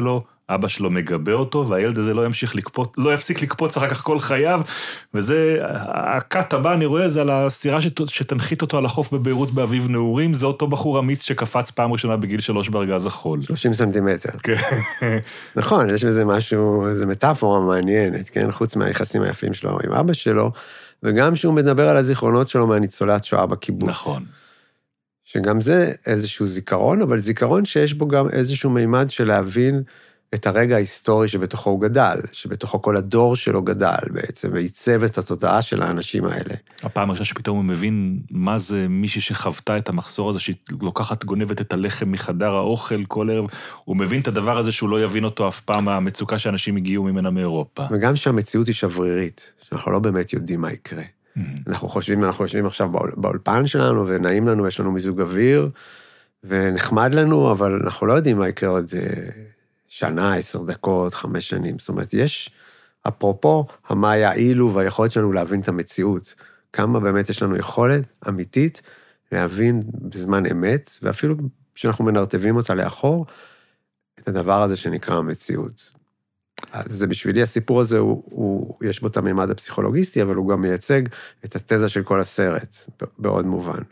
אבא שלו מגבה אותו, והילד הזה לא יפסיק לקפוץ אחר כך כל חייו, וזה, הקאט הבא, אני רואה, זה על הסירה שתנחית אותו על החוף בביירות באביב נעורים, זה אותו בחור אמיץ שקפץ פעם ראשונה בגיל 3 בארגז החול. 30 סנטימטר. כן. נכון, יש בזה משהו, זה מטאפורה מעניינת, כן? חוץ מהיחסים היפים שלו עם אבא שלו, וגם שהוא מדבר על הזיכרונות שלו מהניצולת שואה בקיבוץ. נכון. שגם זה איזשהו זיכרון, אבל זיכרון שיש בו גם איזשהו מימד של להבין את הרגע ההיסטורי שבתוכו הוא גדל, שבתוכו כל הדור שלו גדל בעצם, ועיצב את התודעה של האנשים האלה. הפעם הראשונה שפתאום הוא מבין מה זה מישהי שחוותה את המחסור הזה, שהיא לוקחת, גונבת את הלחם מחדר האוכל כל ערב, הוא מבין את הדבר הזה שהוא לא יבין אותו אף פעם, המצוקה שאנשים הגיעו ממנה מאירופה. וגם שהמציאות היא שברירית, שאנחנו לא באמת יודעים מה יקרה. אנחנו חושבים עכשיו באולפן שלנו, ונעים לנו, יש לנו מיזוג אוויר, ונחמד לנו, אבל אנחנו לא יודעים מה יקרה עוד שנה, 10 דקות, 5 שנים. זאת אומרת, יש, אפרופו, מה יעילו והיכולת שלנו להבין את המציאות. כמה באמת יש לנו יכולת אמיתית להבין בזמן אמת, ואפילו כשאנחנו מנרטבים אותה לאחור, את הדבר הזה שנקרא המציאות. אז זה בשבילי, הסיפור הזה, יש בו את הממד הפסיכולוגיסטי, אבל הוא גם מייצג את התזה של כל הסרט, בעוד מובן.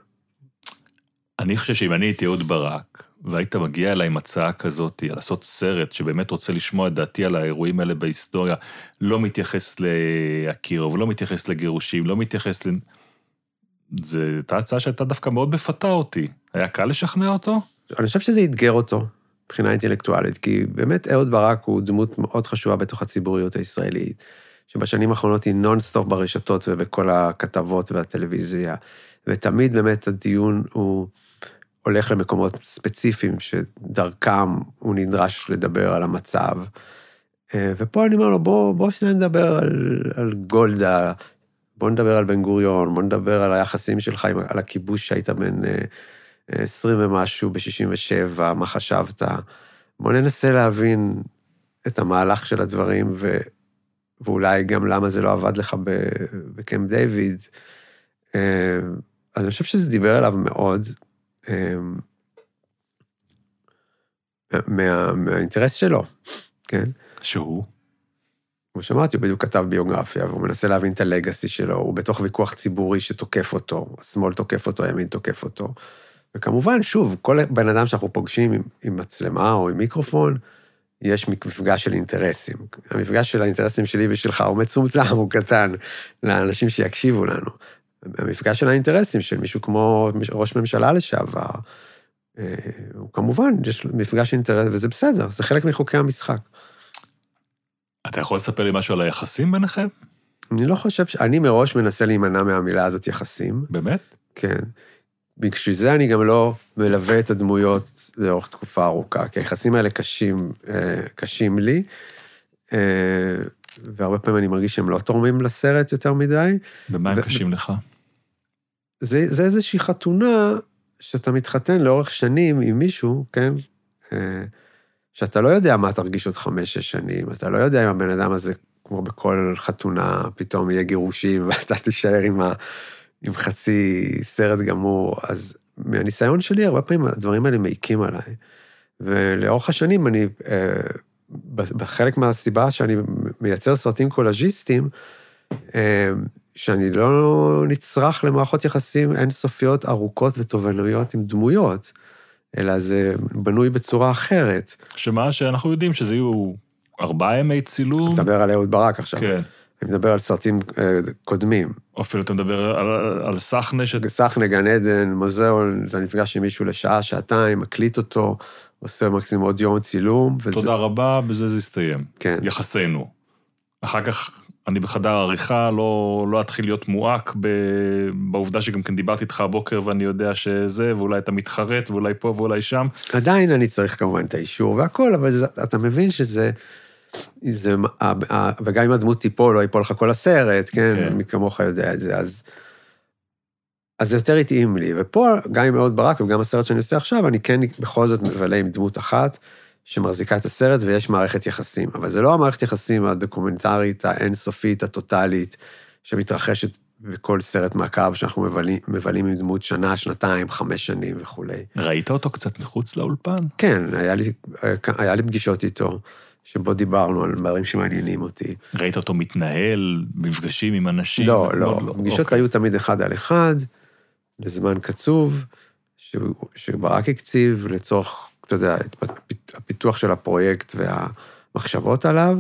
אני חושב שאם אני הייתי אהוד ברק, והיית מגיע אליי עם הצעה כזאת, לעשות סרט שבאמת רוצה לשמוע את דעתי על האירועים האלה בהיסטוריה, לא מתייחס לאקירוב, לא מתייחס לגירושים, לא מתייחס זו הייתה הצעה שהייתה דווקא מאוד בפתה אותי. היה קל לשכנע אותו? אני חושב שזה יתגר אותו, מבחינה אינטלקטואלית, כי באמת אהוד ברק הוא דמות מאוד חשובה בתוך הציבוריות הישראלית, שבשנים האחרונות היא נונסטופ ברשתות ובכל הכתבות והטלוויזיה, ותמיד באמת הדיון הוא הולך למקומות ספציפיים, שדרכם הוא נדרש לדבר על המצב. ופה אני אומר לו, בוא שניה נדבר על גולדה, בוא נדבר על בן גוריון, בוא נדבר על היחסים שלך, על הכיבוש שהיית בן 20 ומשהו ב-67, מה חשבת? בוא ננסה להבין את המהלך של הדברים, ואולי גם למה זה לא עבד לך בקמפ דיוויד. אז אני חושב שזה דיבר אליו מאוד, מהאינטרס שלו, כן? שהוא? כמו שאמרתי, הוא בדיוק כתב ביוגרפיה, והוא מנסה להבין את הלגאסי שלו, הוא בתוך ויכוח ציבורי שתוקף אותו, השמאל תוקף אותו, הימין תוקף אותו, וכמובן, שוב, כל בן אדם שאנחנו פוגשים עם מצלמה או עם מיקרופון, יש מפגש של אינטרסים. המפגש של האינטרסים שלי ושלך הוא מצומצם, הוא קטן, לאנשים שיקשיבו לנו. המפגש של האינטרסים של מישהו כמו ראש ממשלה לשעבר, הוא כמובן, יש מפגש אינטרס, וזה בסדר, זה חלק מחוקי המשחק. אתה יכול לספר לי משהו על היחסים ביניכם? אני לא חושב אני מראש מנסה להימנע מהמילה הזאת יחסים. באמת? כן. בשביל זה אני גם לא מלווה את הדמויות לאורך תקופה ארוכה, כי היחסים האלה קשים לי, והרבה פעמים אני מרגיש שהם לא תורמים לסרט יותר מדי. במה הם קשים לך? זה איזושהי חתונה שאתה מתחתן לאורך שנים עם מישהו, כן? שאתה לא יודע מה תרגיש עוד 5-6 שנים, אתה לא יודע אם הבן אדם הזה, כמו בכל חתונה, פתאום יהיה גירושים, ואתה תישאר עם חצי סרט גמור. אז מהניסיון שלי, הרבה פעמים הדברים האלה מעיקים עליי. ולאורך השנים אני, בחלק מהסיבה שאני מייצר סרטים קולאז'יסטיים, שאני לא נצרך למערכות יחסים אינסופיות ארוכות ותובענויות עם דמויות, אלא זה בנוי בצורה אחרת. שמה שאנחנו יודעים שזה יהיו 4 ימי צילום. אתה מדבר על אהוד ברק עכשיו. כן. אני מדבר על סרטים קודמים. אפילו אתה מדבר על סחנה. סחנה, גן עדן, מוזיאון, אתה נפגש עם מישהו לשעה, שעתיים, מקליט אותו, עושה מקסימום עוד יום צילום. תודה רבה, בזה זה יסתיים. כן. יחסנו. אחר כך אני בחדר עריכה, לא אתחיל להיות מועק בעובדה שגם כן דיברתי איתך הבוקר, ואני יודע שזה, ואולי אתה מתחרט, ואולי פה ואולי שם. עדיין אני צריך כמובן את האישור והכל, אבל אתה מבין שזה, וגם אם הדמות תיפול, לא ייפול לך כל הסרט, כן? מי כמוך יודע את זה, אז זה יותר התאים לי. ופה, גם עם אהוד ברק, וגם הסרט שאני עושה עכשיו, אני כן בכל זאת מבלה עם דמות אחת, שמחזיקה את הסרט, ויש מערכת יחסים. אבל זה לא המערכת יחסים הדוקומנטרית, האינסופית, הטוטלית, שמתרחשת בכל סרט מעקב, שאנחנו מבלים עם דמות שנה, 2, 5 שנים וכו'. ראית אותו קצת מחוץ לאולפן? כן, היה לי פגישות איתו, שבו דיברנו על דברים שמעניינים אותי. ראית אותו מתנהל, מפגשים עם אנשים? לא. פגישות היו תמיד אחד על אחד, לזמן קצוב, שברק הקציב לצורך, אתה יודע, הפיתוח של הפרויקט והמחשבות עליו,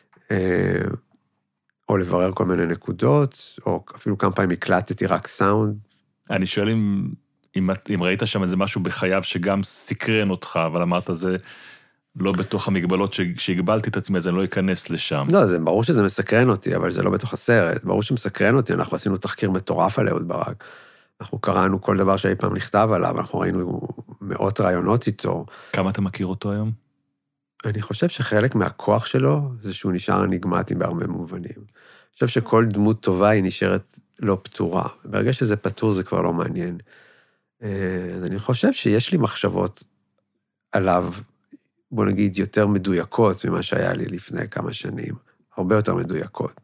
או לברר כל מיני נקודות, או אפילו כמה פעמים הקלטתי רק סאונד. אני שואל אם ראית שם איזה משהו בחייו שגם סקרן אותך, אבל אמרת זה לא בתוך המגבלות שהגבלתי את עצמי, אז אני לא אכנס לשם. לא, זה ברור שזה מסקרן אותי, אבל זה לא בתוך הסרט. ברור שמסקרן אותי, אנחנו עשינו תחקיר מטורף על אהוד ברק. אנחנו קראנו כל דבר שאי פעם נכתב עליו, אנחנו ראינו מאות רעיונות איתו. כמה אתה מכיר אותו היום? אני חושב שחלק מהכוח שלו זה שהוא נשאר אניגמטי בהרבה מובנים. אני חושב שכל דמות טובה היא נשארת לא פתורה. ברגע שזה פתור זה כבר לא מעניין. אז אני חושב שיש לי מחשבות עליו, בוא נגיד, יותר מדויקות ממה שהיה לי לפני כמה שנים. הרבה יותר מדויקות.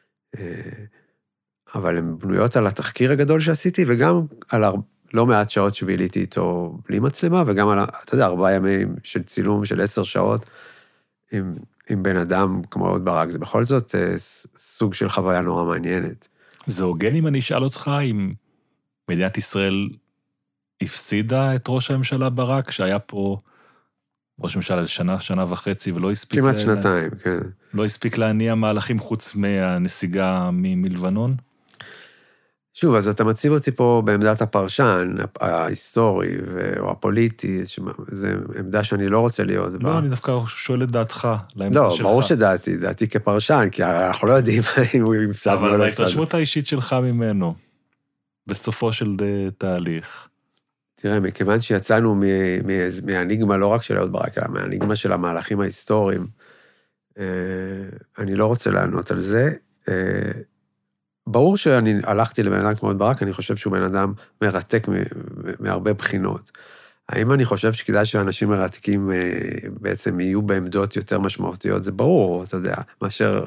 אבל הן בנויות על התחקיר הגדול שעשיתי, וגם על לא מעט שעות שביליתי איתו בלי מצלמה, וגם על, אתה יודע, 4 ימים של צילום של 10 שעות, עם בן אדם כמו אהוד ברק. זה בכל זאת סוג של חוויה נורא מעניינת. זה הוגן אם אני אשאל אותך, אם מדינת ישראל הפסידה את ראש הממשלה ברק, שהיה פה ראש ממשלה שנה וחצי, ולא הספיק... כמעט שנתיים, כן. לא הספיק להניע מהלכים חוץ מהנסיגה מלבנון? שוב, אז אתה מציב אותי פה בעמדת הפרשן, ההיסטורי או הפוליטי, זו עמדה שאני לא רוצה להיות בה. לא, אני דווקא שואל את דעתך, לעמדה שלך. לא, ברור שדעתי כפרשן, כי אנחנו לא יודעים אם הוא יפסד או לא יפסד. אבל ההתרשמות האישית שלך ממנו, בסופו של תהליך. תראה, מכיוון שיצאנו מהאניגמה לא רק של אהוד ברק, אלא מהאניגמה של המהלכים ההיסטוריים, אני לא רוצה לענות על זה. ברור שאני הלכתי לבן אדם כמו אהוד ברק, אני חושב שהוא בן אדם מרתק מהרבה בחינות. האם אני חושב שכדאי שאנשים מרתקים בעצם יהיו בעמדות יותר משמעותיות? זה ברור, אתה יודע, מאשר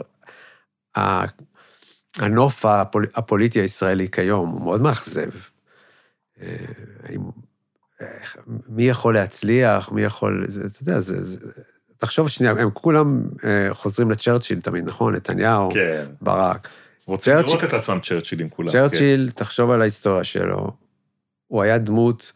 הנוף הפוליטי הישראלי כיום, הוא מאוד מאכזב. מי יכול להצליח, מי יכול, אתה יודע, תחשוב שנייה, הם כולם חוזרים לצ'רצ'יל תמיד, נכון? נתניהו, ברק. רוצים לראות את עצמם צ'רצ'יל עם כולם. צ'רצ'יל, תחשוב על ההיסטוריה שלו, הוא היה דמות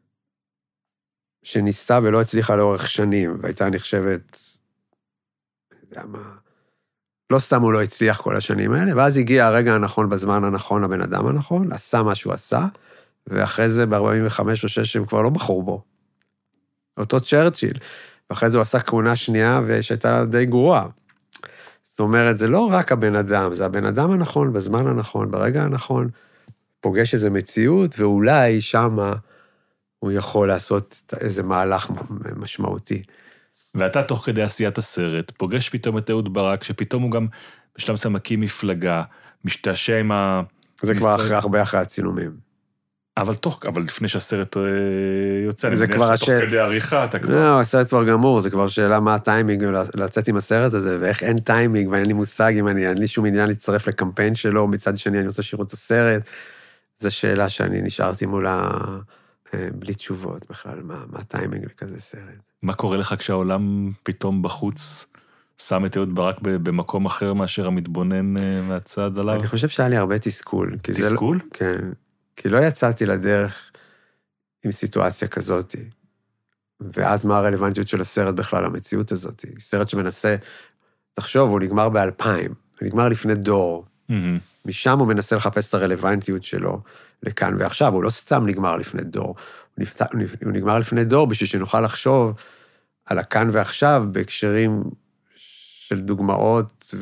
שניסתה ולא הצליחה לאורך שנים, והייתה נחשבת, אני יודע מה, לא סתם הוא לא הצליח כל השנים האלה, ואז הגיע הרגע הנכון בזמן הנכון, הבן אדם הנכון, עשה מה שהוא עשה, ואחרי זה ב-45 או 6 הם כבר לא בחרו בו. אותו צ'רצ'יל, ואחרי זה הוא עשה כהונה שנייה, ושהייתה די גרועה. זאת אומרת, זה לא רק הבן אדם, זה הבן אדם הנכון, בזמן הנכון, ברגע הנכון, פוגש איזו מציאות, ואולי שמה הוא יכול לעשות איזה מהלך משמעותי. ואתה תוך כדי עשיית הסרט, פוגש פתאום את אהוד ברק, שפתאום הוא גם בשלב מסוים מקים מפלגה, משתעשע עם ה... זה כבר הרבה אחרי הצילומים. אבל לפני שהסרט יוצא, זה כבר תוך כדי עריכה, אתה כבר... לא, הסרט כבר גמור, זה כבר שאלה מה הטיימינג לצאת עם הסרט הזה, ואיך אין טיימינג, ואין לי מושג אם אין לי שום עניין להצטרף לקמפיין שלו, מצד שני אני רוצה שירות את הסרט, זו שאלה שאני נשארתי מולה בלי תשובות בכלל, מה הטיימינג לכזה סרט. מה קורה לך כשהעולם פתאום בחוץ שם את אהוד ברק במקום אחר מאשר המתבונן מהצד עליו? אני חושב שהיה לי הרבה תסכול. תסכול? כן. כי לא יצאתי לדרך עם סיטואציה כזאת. ואז מה הרלוונטיות של הסרט בכלל, המציאות הזאת? סרט שמנסה, תחשוב, הוא נגמר ב-2000, הוא נגמר לפני דור. משם הוא מנסה לחפש את הרלוונטיות שלו לכאן ועכשיו, הוא לא סתם נגמר לפני דור. הוא נגמר לפני דור בשביל שנוכל לחשוב על הכאן ועכשיו בהקשרים של דוגמאות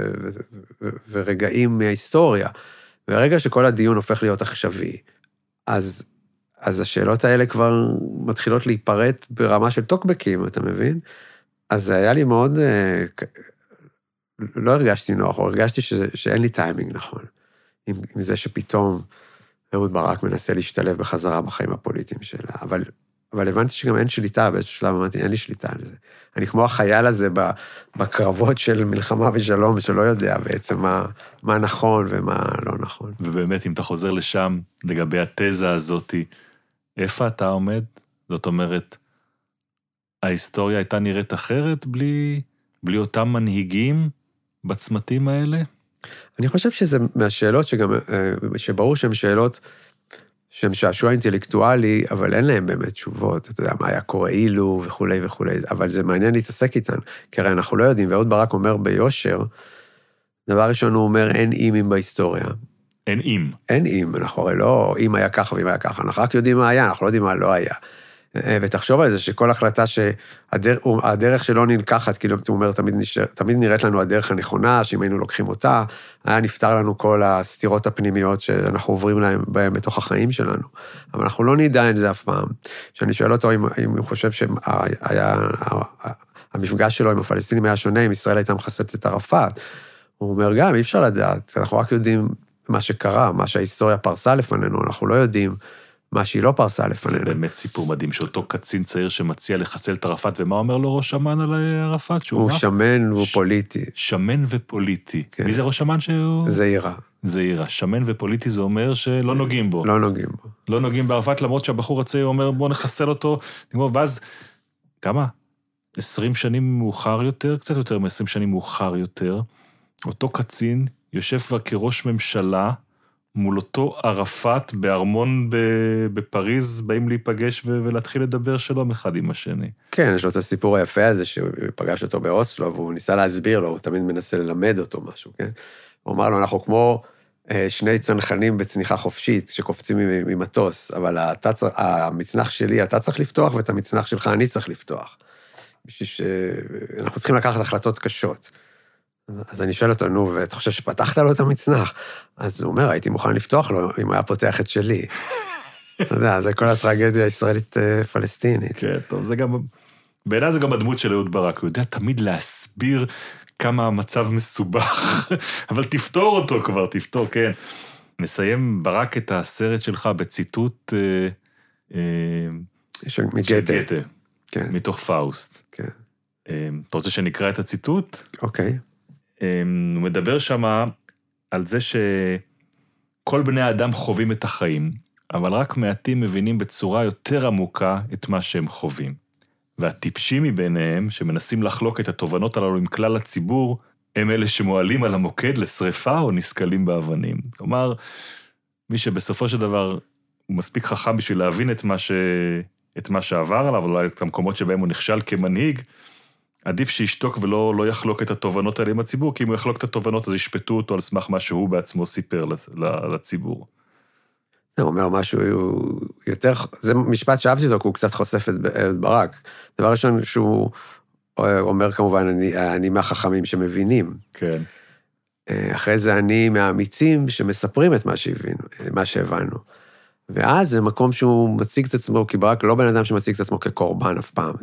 ורגעים מההיסטוריה. והרגע שכל הדיון הופך להיות עכשווי, אז השאלות האלה כבר מתחילות להיפרט ברמה של טוקבקים, אתה מבין? אז זה היה לי מאוד, לא הרגשתי נוח, או הרגשתי שאין לי טיימינג נכון, עם זה שפתאום אהוד ברק מנסה להשתלב בחזרה בחיים הפוליטיים שלה, אבל הבנתי שגם אין שליטה, באיזשהו שלב אמרתי, אין לי שליטה על זה. אני כמו החייל הזה בקרבות של מלחמה ושלום, ושלא יודע בעצם מה נכון ומה לא נכון. ובאמת, אם אתה חוזר לשם, לגבי התזה הזאת, איפה אתה עומד? זאת אומרת, ההיסטוריה הייתה נראית אחרת בלי בלי אותם מנהיגים בצמתים האלה? אני חושב שזה מהשאלות שברור שהן שאלות שהן שעשוע אינטלקטואלי, אבל אין להם באמת תשובות. אתה יודע, מה היה קורה אילו וכולי וכולי, אבל זה מעניין להתעסק איתן, כי הרי אנחנו לא יודעים, ואהוד ברק אומר ביושר, דבר ראשון הוא אומר, אין אימים בהיסטוריה. אין אם. אין אם, אנחנו הרי לא, אם היה ככה ואם היה ככה, אנחנו רק יודעים מה היה, אנחנו לא יודעים מה לא היה. ותחשוב על זה שכל החלטה שהדרך שלא נלקחת, כאילו הוא אומר, תמיד נראית לנו הדרך הנכונה, שאם היינו לוקחים אותה, היה נפתר לנו כל הסתירות הפנימיות שאנחנו עוברים בהם בתוך החיים שלנו. אבל אנחנו לא נדע את זה אף פעם. כשאני שואל אותו אם הוא חושב שהמפגש שלו עם הפלסטינים היה שונה, אם ישראל הייתה מחסלת את ערפאת, הוא אומר גם, אי אפשר לדעת, אנחנו רק יודעים מה שקרה, מה שההיסטוריה פרסה לפנינו, אנחנו לא יודעים מה שהיא לא פרסה לפנינו. זה באמת סיפור מדהים, שאותו קצין צעיר שמציע לחסל את ערפאת, ומה אומר לו ראש אמ"ן על ערפאת? הוא שמן והוא פוליטי. שמן ופוליטי. מי זה ראש אמ"ן שהוא? זעירה. זעירה. שמן ופוליטי זה אומר שלא נוגעים בו. לא נוגעים בו. לא נוגעים בערפאת, למרות שהבחור הצעיר אומר, בוא נחסל אותו, ואז, כמה? 20 שנים מאוחר יותר, קצת יותר מ-20 שנים מאוחר יותר, אותו קצין יושב כבר כראש ממשלה, מול אותו ערפאת בארמון בפריז, באים להיפגש ולהתחיל לדבר שלום אחד עם השני. כן, יש לו את הסיפור היפה הזה, שהוא פגש אותו באוסלו, והוא ניסה להסביר לו, הוא תמיד מנסה ללמד אותו משהו, כן? הוא אמר לו, אנחנו כמו שני צנחנים בצניחה חופשית, שקופצים ממטוס, אבל המצנח שלי אתה צריך לפתוח, ואת המצנח שלך אני צריך לפתוח. אנחנו צריכים לקחת החלטות קשות. אז אני שואל אותו, נו, ואתה חושב שפתחת לו את המצנח? אז הוא אומר, הייתי מוכן לפתוח לו, אם הוא היה פותח את שלי. אתה יודע, זה כל הטרגדיה הישראלית-פלסטינית. כן, טוב, זה גם, בעיניי זה גם הדמות של אהוד ברק, הוא יודע תמיד להסביר כמה המצב מסובך, אבל תפתור אותו כבר, תפתור, כן. מסיים ברק את הסרט שלך בציטוט של גתה. כן. מתוך פאוסט. כן. אתה רוצה שנקרא את הציטוט? אוקיי. הוא מדבר שם על זה שכל בני האדם חווים את החיים, אבל רק מעטים מבינים בצורה יותר עמוקה את מה שהם חווים. והטיפשים מביניהם, שמנסים לחלוק את התובנות הללו עם כלל הציבור, הם אלה שמועלים על המוקד לשריפה או נסקלים באבנים. כלומר, מי שבסופו של דבר הוא מספיק חכם בשביל להבין את מה שעבר עליו, אולי את המקומות שבהם הוא נכשל כמנהיג, עדיף שישתוק ולא יחלוק את התובנות האלה עם הציבור, כי אם הוא יחלוק את התובנות, אז ישפטו אותו על סמך מה שהוא בעצמו סיפר לציבור. הוא אומר משהו יותר, זה משפט שאהבתי אותו, כי הוא קצת חושף את ברק. דבר ראשון שהוא אומר כמובן, אני מהחכמים שמבינים. כן. אחרי זה אני מהאמיצים שמספרים את מה שהבנו. ואז זה מקום שהוא מציג את עצמו, כי ברק לא בן אדם שמציג את עצמו כקורבן אף פעם,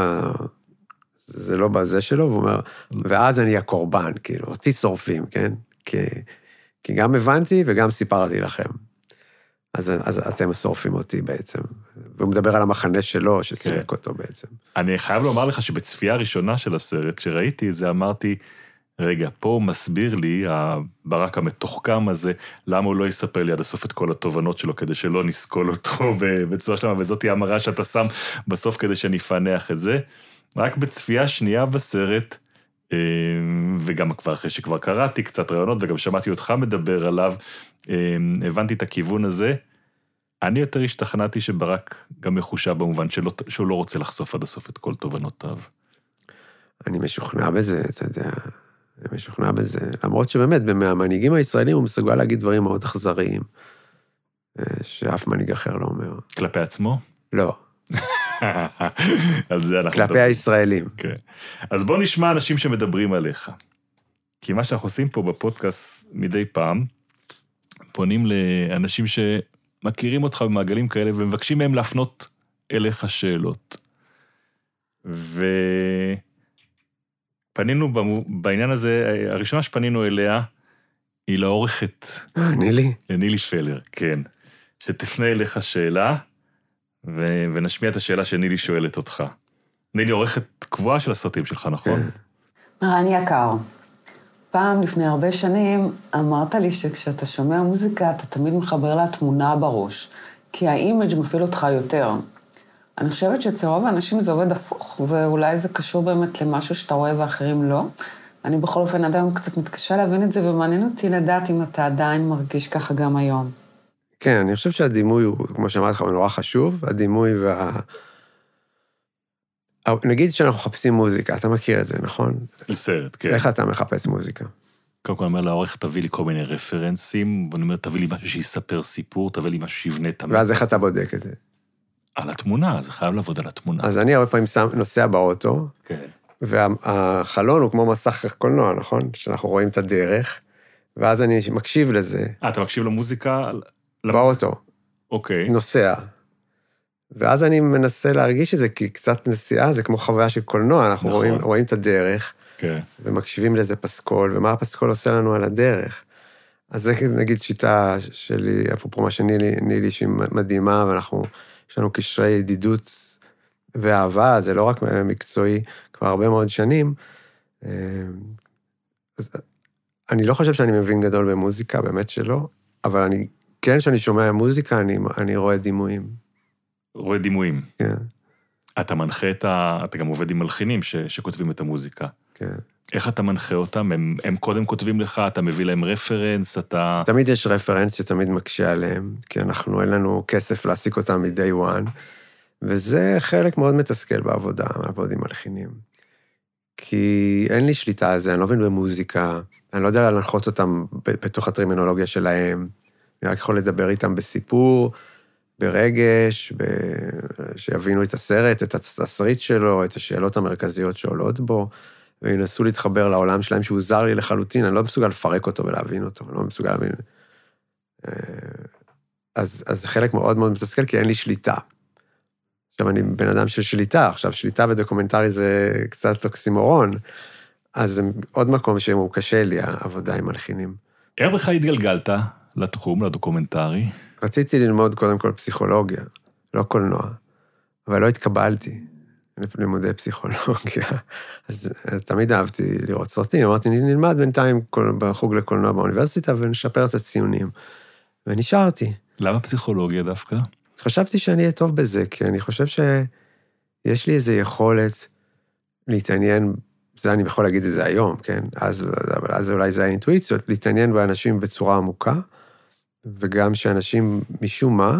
זה לא בזה שלו, והוא אומר, ואז אני הקורבן, כאילו, אותי שורפים, כן? כי גם הבנתי וגם סיפרתי לכם. אז אתם שורפים אותי בעצם. והוא מדבר על המחנה שלו, שסילק אותו בעצם. אני חייב לומר לך שבצפייה הראשונה של הסרט, כשראיתי זה, אמרתי, רגע, פה הוא מסביר לי, הברק המתוחכם הזה, למה הוא לא יספר לי עד הסוף את כל התובנות שלו, כדי שלא נסקול אותו בצורה שלמה, וזאת היא המראה שאתה שם בסוף כדי שאני אפענח את זה. רק בצפייה שנייה בסרט, וגם אחרי שכבר קראתי קצת רעיונות, וגם שמעתי אותך מדבר עליו, הבנתי את הכיוון הזה. אני יותר השתכנעתי שברק גם מחושב במובן שהוא לא רוצה לחשוף עד הסוף את כל תובנותיו. אני משוכנע בזה, אתה יודע, אני משוכנע בזה. למרות שבאמת, מהמנהיגים הישראלים הוא מסוגל להגיד דברים מאוד אכזריים, שאף מנהיג אחר לא אומר. כלפי עצמו? לא. על זה אנחנו כלפי הישראלים. כן. אז בוא נשמע אנשים שמדברים עליך. כי מה שאנחנו עושים פה בפודקאסט מדי פעם, פונים לאנשים שמכירים אותך במעגלים כאלה, ומבקשים מהם להפנות אליך שאלות. ופנינו בעניין הזה, הראשונה שפנינו אליה, היא לעורכת. נילי? לנילי פלר, כן. שתפנה אליך שאלה, ונשמיע את השאלה שנילי שואלת אותך. נילי עורכת קבועה של הסרטים שלך, נכון? רן יקר, פעם לפני הרבה שנים אמרת לי שכשאתה שומע מוזיקה, אתה תמיד מחבר לה תמונה בראש, כי האימג' מפעיל אותך יותר. אני חושבת שאצל רוב האנשים זה עובד הפוך, ואולי זה קשור באמת למשהו שאתה רואה ואחרים לא. אני בכל אופן עדיין קצת מתקשה להבין את זה, ומעניין אותי לדעת אם אתה עדיין מרגיש ככה גם היום. כן, אני חושב שהדימוי הוא, כמו שאמרתי לך, הוא נורא חשוב, הדימוי נגיד שאנחנו מחפשים מוזיקה, אתה מכיר את זה, נכון? לסרט, כן. איך אתה מחפש מוזיקה? קודם כל אני אומר לעורך, תביא לי כל מיני רפרנסים, ואני אומר, תביא לי משהו שיספר סיפור, תביא לי משהו שיבנה את ואז איך אתה בודק את זה? על התמונה, זה חייב לעבוד על התמונה. אז אני הרבה פעמים נוסע באוטו, כן. והחלון הוא כמו מסך קולנוע, נכון? שאנחנו רואים את הדרך, ואז אני מקשיב לזה. אתה מקשיב למוזיקה? באוטו. אוקיי. נוסע. ואז אני מנסה להרגיש את זה, כי קצת נסיעה זה כמו חוויה של קולנוע, אנחנו רואים את הדרך, כן. ומקשיבים לזה פסקול, ומה הפסקול עושה לנו על הדרך. אז זה נגיד שיטה שלי, אפרופו מה שנילי שהיא מדהימה, יש לנו קשרי ידידות ואהבה, זה לא רק מקצועי, כבר הרבה מאוד שנים. אז אני לא חושב שאני מבין גדול במוזיקה, באמת שלא, אבל כשאני שומע מוזיקה, אני רואה דימויים. רואה דימויים. כן. אתה מנחה אתה גם עובד עם מלחינים שכותבים את המוזיקה. כן. איך אתה מנחה אותם? הם קודם כותבים לך, אתה מביא להם רפרנס, אתה... תמיד יש רפרנס שתמיד מקשה עליהם, כי אין לנו כסף להעסיק אותם מ-day one, וזה חלק מאוד מתסכל בעבודה, לעבוד עם מלחינים. כי אין לי שליטה על זה, אני לא מבין במוזיקה, אני לא יודע להנחות אותם בתוך הטרמינולוגיה שלהם, אני רק יכול לדבר איתם בסיפור, ברגש, שיבינו את הסרט, את התסריט שלו, את השאלות המרכזיות שעולות בו, וינסו להתחבר לעולם שלהם שהוא זר לי לחלוטין, אני לא מסוגל לפרק אותו ולהבין אותו, אני לא מסוגל להבין. אז זה חלק מאוד מאוד מתסכל, כי אין לי שליטה. עכשיו, אני בן אדם של שליטה, עכשיו, שליטה בדוקומנטרי זה קצת אוקסימורון, אז זה עוד מקום שהוא קשה לי, העבודה עם מלחינים. איך בכלל התגלגלת לתחום, לדוקומנטרי? רציתי ללמוד קודם כל פסיכולוגיה, לא קולנוע, אבל לא התקבלתי ללימודי פסיכולוגיה. אז תמיד אהבתי לראות סרטים, אמרתי, נלמד בינתיים בחוג לקולנוע באוניברסיטה, ונשפר את הציונים. ונשארתי. למה פסיכולוגיה דווקא? חשבתי שאני אהיה טוב בזה, כי אני חושב שיש לי איזו יכולת להתעניין, זה אני יכול להגיד את זה היום, כן? אז אולי זה האינטואיציות, להתעניין באנשים בצורה עמוקה, וגם שאנשים משום מה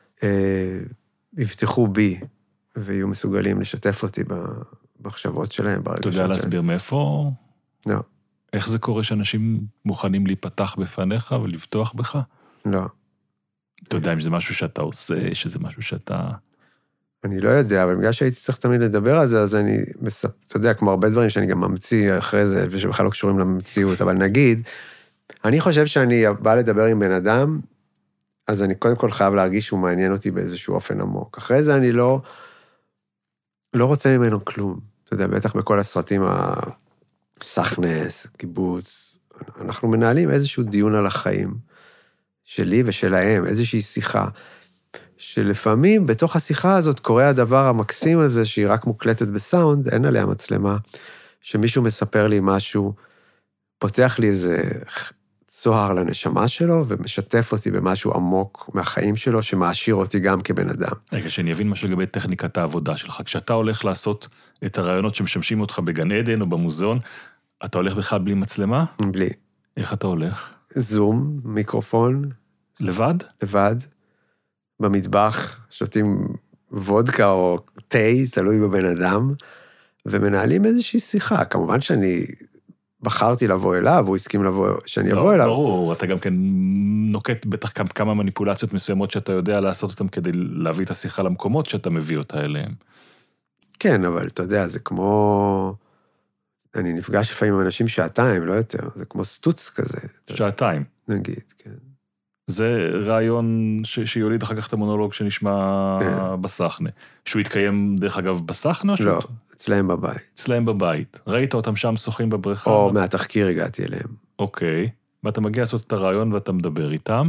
יפתחו בי, ויהיו מסוגלים לשתף אותי במחשבות שלהם, ברגשות שלהם. אתה יודע להסביר מאיפה? לא. איך זה קורה שאנשים מוכנים להיפתח בפניך ולבטוח בך? לא. אתה יודע אם זה משהו שאתה עושה, שזה משהו שאתה... אני לא יודע, אבל בגלל שהייתי צריך תמיד לדבר על זה, אז אני, אתה יודע, כמו הרבה דברים שאני גם ממציא אחרי זה, ושבכלל לא קשורים למציאות, אבל נגיד, אני חושב שאני בא לדבר עם בן אדם, אז אני קודם כל חייב להרגיש שהוא מעניין אותי באיזשהו אופן עמוק. אחרי זה אני לא רוצה ממנו כלום. אתה יודע, בטח בכל הסרטים הסכנס, קיבוץ, אנחנו מנהלים איזשהו דיון על החיים שלי ושלהם, איזושהי שיחה, שלפעמים בתוך השיחה הזאת קורה הדבר המקסים הזה, שהיא רק מוקלטת בסאונד, אין עליה מצלמה, שמישהו מספר לי משהו, פותח לי איזה צוהר לנשמה שלו, ומשתף אותי במשהו עמוק מהחיים שלו, שמעשיר אותי גם כבן אדם. רגע, שאני אבין משהו לגבי טכניקת העבודה שלך. כשאתה הולך לעשות את הרעיונות שמשמשים אותך בגן עדן או במוזיאון, אתה הולך בכלל בלי מצלמה? בלי. איך אתה הולך? זום, מיקרופון. לבד? לבד. במטבח, שותים וודקה או תה, תלוי בבן אדם, ומנהלים איזושהי שיחה. כמובן שאני בחרתי לבוא אליו, הוא הסכים שאני אבוא אליו. ברור, אתה גם כן נוקט בטח כמה מניפולציות מסוימות שאתה יודע לעשות אותם כדי להביא את השיחה למקומות שאתה מביא אותה אליהם. כן, אבל אתה יודע, זה כמו... אני נפגש לפעמים עם אנשים שעתיים, לא יותר, זה כמו סטוץ כזה. שעתיים. נגיד, כן. זה רעיון שיוליד אחר כך את המונולוג שנשמע בסכנה. שהוא יתקיים דרך אגב בסכנה? לא, אצלהם בבית. אצלהם בבית. ראית אותם שם שוחים בבריכה? או מהתחקיר הגעתי אליהם. אוקיי. ואתה מגיע לעשות את הרעיון ואתה מדבר איתם.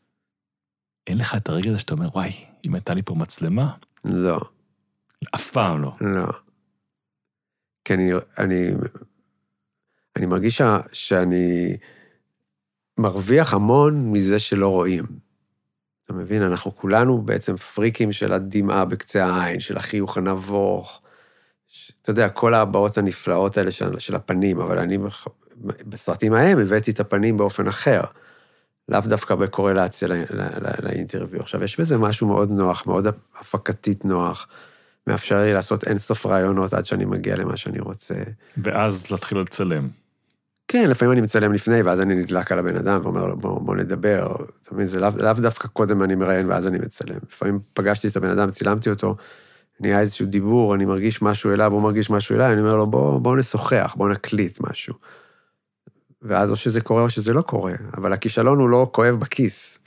אין לך את הרגע הזה שאתה אומר, וואי, אם הייתה לי פה מצלמה? לא. אף פעם לא. לא. כי אני מרגיש שאני מרוויח המון מזה שלא רואים. אתה מבין, אנחנו כולנו בעצם פריקים של הדמעה בקצה העין, של החיוך הנבוך, אתה יודע, כל ההבעות הנפלאות האלה של הפנים, אבל אני בסרטים ההם הבאתי את הפנים באופן אחר, לאו דווקא בקורלציה לאינטרוויו. עכשיו, יש בזה משהו מאוד נוח, מאוד הפקתית נוח, מאפשר לי לעשות אינסוף רעיונות עד שאני מגיע למה שאני רוצה. ואז להתחיל לצלם. כן, לפעמים אני מצלם לפני, ואז אני נדלק על הבן אדם, ואומר לו, בוא נדבר. אתה מבין, זה לאו דווקא קודם אני מראיין, ואז אני מצלם. לפעמים פגשתי את הבן אדם, צילמתי אותו, נהיה איזשהו דיבור, אני מרגיש משהו אליו, הוא מרגיש משהו אליי, אני אומר לו, בוא נשוחח, בוא נקליט משהו. ואז או שזה קורה או שזה לא קורה, אבל הכישלון הוא לא כואב בכיס.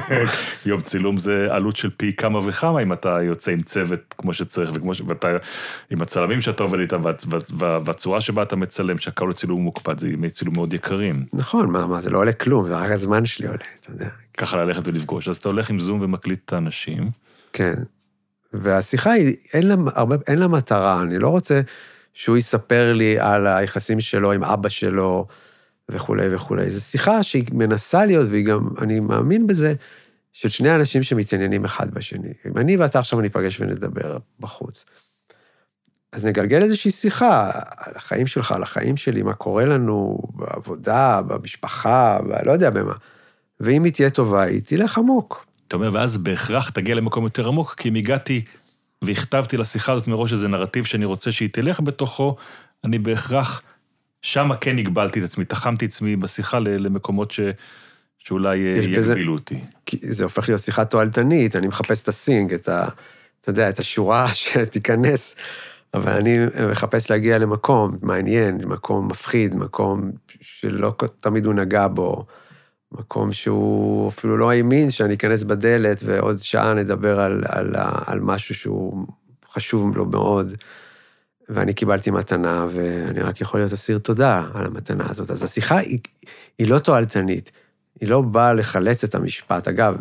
יום צילום זה עלות של פי כמה וכמה, אם אתה יוצא עם צוות כמו שצריך, ואתה עם הצלמים שאתה עובד איתם, והצורה שבה אתה מצלם, שהכל הצילום מוקפד, זה ימי צילום מאוד יקרים. נכון, מה, זה לא עולה כלום, זה רק הזמן שלי עולה, אתה יודע. ככה ללכת ולפגוש, אז אתה הולך עם זום ומקליט את האנשים. כן, והשיחה אין לה מטרה, אני לא רוצה שהוא יספר לי על היחסים שלו עם אבא שלו, וכולי וכולי. זו שיחה שהיא מנסה להיות, והיא גם, אני מאמין בזה, של שני אנשים שמתעניינים אחד בשני. אם אני ואתה עכשיו ניפגש ונדבר בחוץ. אז נגלגל איזושהי שיחה על החיים שלך, על החיים שלי, מה קורה לנו בעבודה, במשפחה, לא יודע במה. ואם היא תהיה טובה, היא תלך עמוק. אתה אומר, ואז בהכרח תגיע למקום יותר עמוק, כי אם הגעתי והכתבתי לשיחה הזאת מראש איזה נרטיב שאני רוצה שהיא תלך בתוכו, אני בהכרח שמה כן הגבלתי את עצמי, תחמתי את עצמי בשיחה למקומות שאולי יגבילו אותי. זה הופך להיות שיחה תועלתנית, אני מחפש את הסינג, אתה יודע, את השורה שתיכנס, אבל אני מחפש להגיע למקום מעניין, מקום מפחיד, מקום שלא תמיד הוא נגע בו, מקום שהוא אפילו לא האמין שאני אכנס בדלת, ועוד שעה נדבר על משהו שהוא חשוב לו מאוד, ואני קיבלתי מתנה, ואני רק יכול להיות אסיר תודה על המתנה הזאת. אז השיחה היא לא תועלתנית, היא לא באה לחלץ את המשפט. אגב,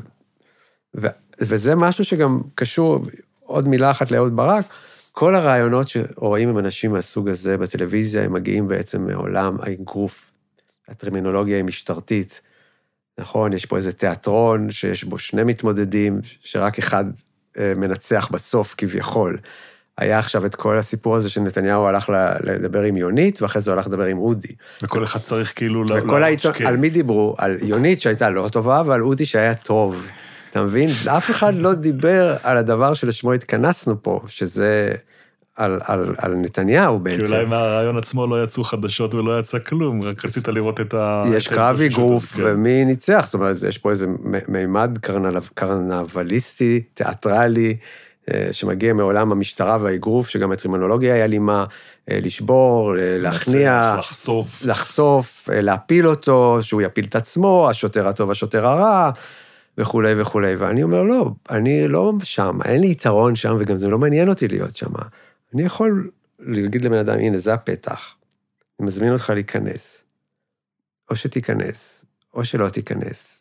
וזה משהו שגם קשור, עוד מילה אחת לאהוד ברק, כל הרעיונות שרואים עם אנשים מהסוג הזה בטלוויזיה, הם מגיעים בעצם מעולם האגרוף, הטרמינולוגיה היא משטרתית. נכון, יש פה איזה תיאטרון שיש בו שני מתמודדים, שרק אחד מנצח בסוף כביכול. היה עכשיו את כל הסיפור הזה שנתניהו הלך לדבר עם יונית, ואחרי זה הוא הלך לדבר עם אודי. וכל אחד צריך כאילו... על מי דיברו? על יונית שהייתה לא טובה, ועל אודי שהיה טוב. אתה מבין? אף אחד לא דיבר על הדבר שלשמו התכנסנו פה, שזה על נתניהו בעצם. כי אולי מהרעיון עצמו לא יצאו חדשות ולא יצא כלום, רק רצית לראות את ה... יש קרב אגרוף, ומי ניצח? זאת אומרת, יש פה איזה מימד קרנבליסטי, תיאטרלי, שמגיע מעולם המשטרה והאגרוף, שגם הטרמינולוגיה היה לימה, לשבור, להכניע, לחשוף, להפיל אותו, שהוא יפיל את עצמו, השוטר הטוב, השוטר הרע, וכו' וכו'. ואני אומר, לא, אני לא שם, אין לי יתרון שם, וגם זה לא מעניין אותי להיות שם. אני יכול להגיד לבן אדם, הנה, זה הפתח. אני מזמין אותך להיכנס. או שתיכנס, או שלא תיכנס.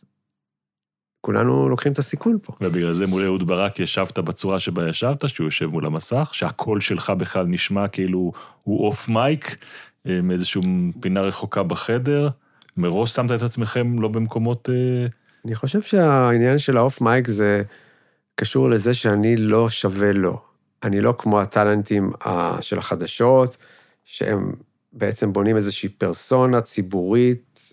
כולנו לוקחים את הסיכון פה. ובגלל זה מול אהוד ברק ישבת בצורה שבה ישבת, שהוא יושב מול המסך, שהקול שלך בכלל נשמע כאילו הוא אוף מייק, מאיזשהו פינה רחוקה בחדר, מראש שמת את עצמכם לא במקומות... אני חושב שהעניין של האוף מייק זה קשור לזה שאני לא שווה לו. אני לא כמו הטלנטים של החדשות, שהם בעצם בונים איזושהי פרסונה ציבורית,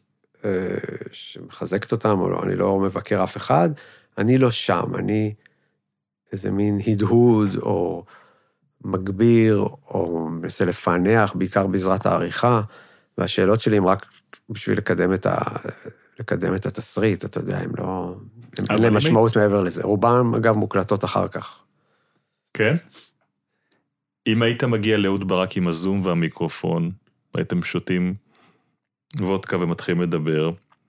שמחזקת אותם, או לא, אני לא מבקר אף אחד, אני לא שם, אני איזה מין הדהוד, או מגביר, או מנסה לפענח, בעיקר בעזרת העריכה, והשאלות שלי הם רק בשביל לקדם את התסריט, אתה יודע, הם לא... אין להם משמעות מעבר לזה. רובם, אגב, מוקלטות אחר כך. כן? אם היית מגיע לאהוד ברק עם הזום והמיקרופון, הייתם שותים וודקה ומתחילים לדבר,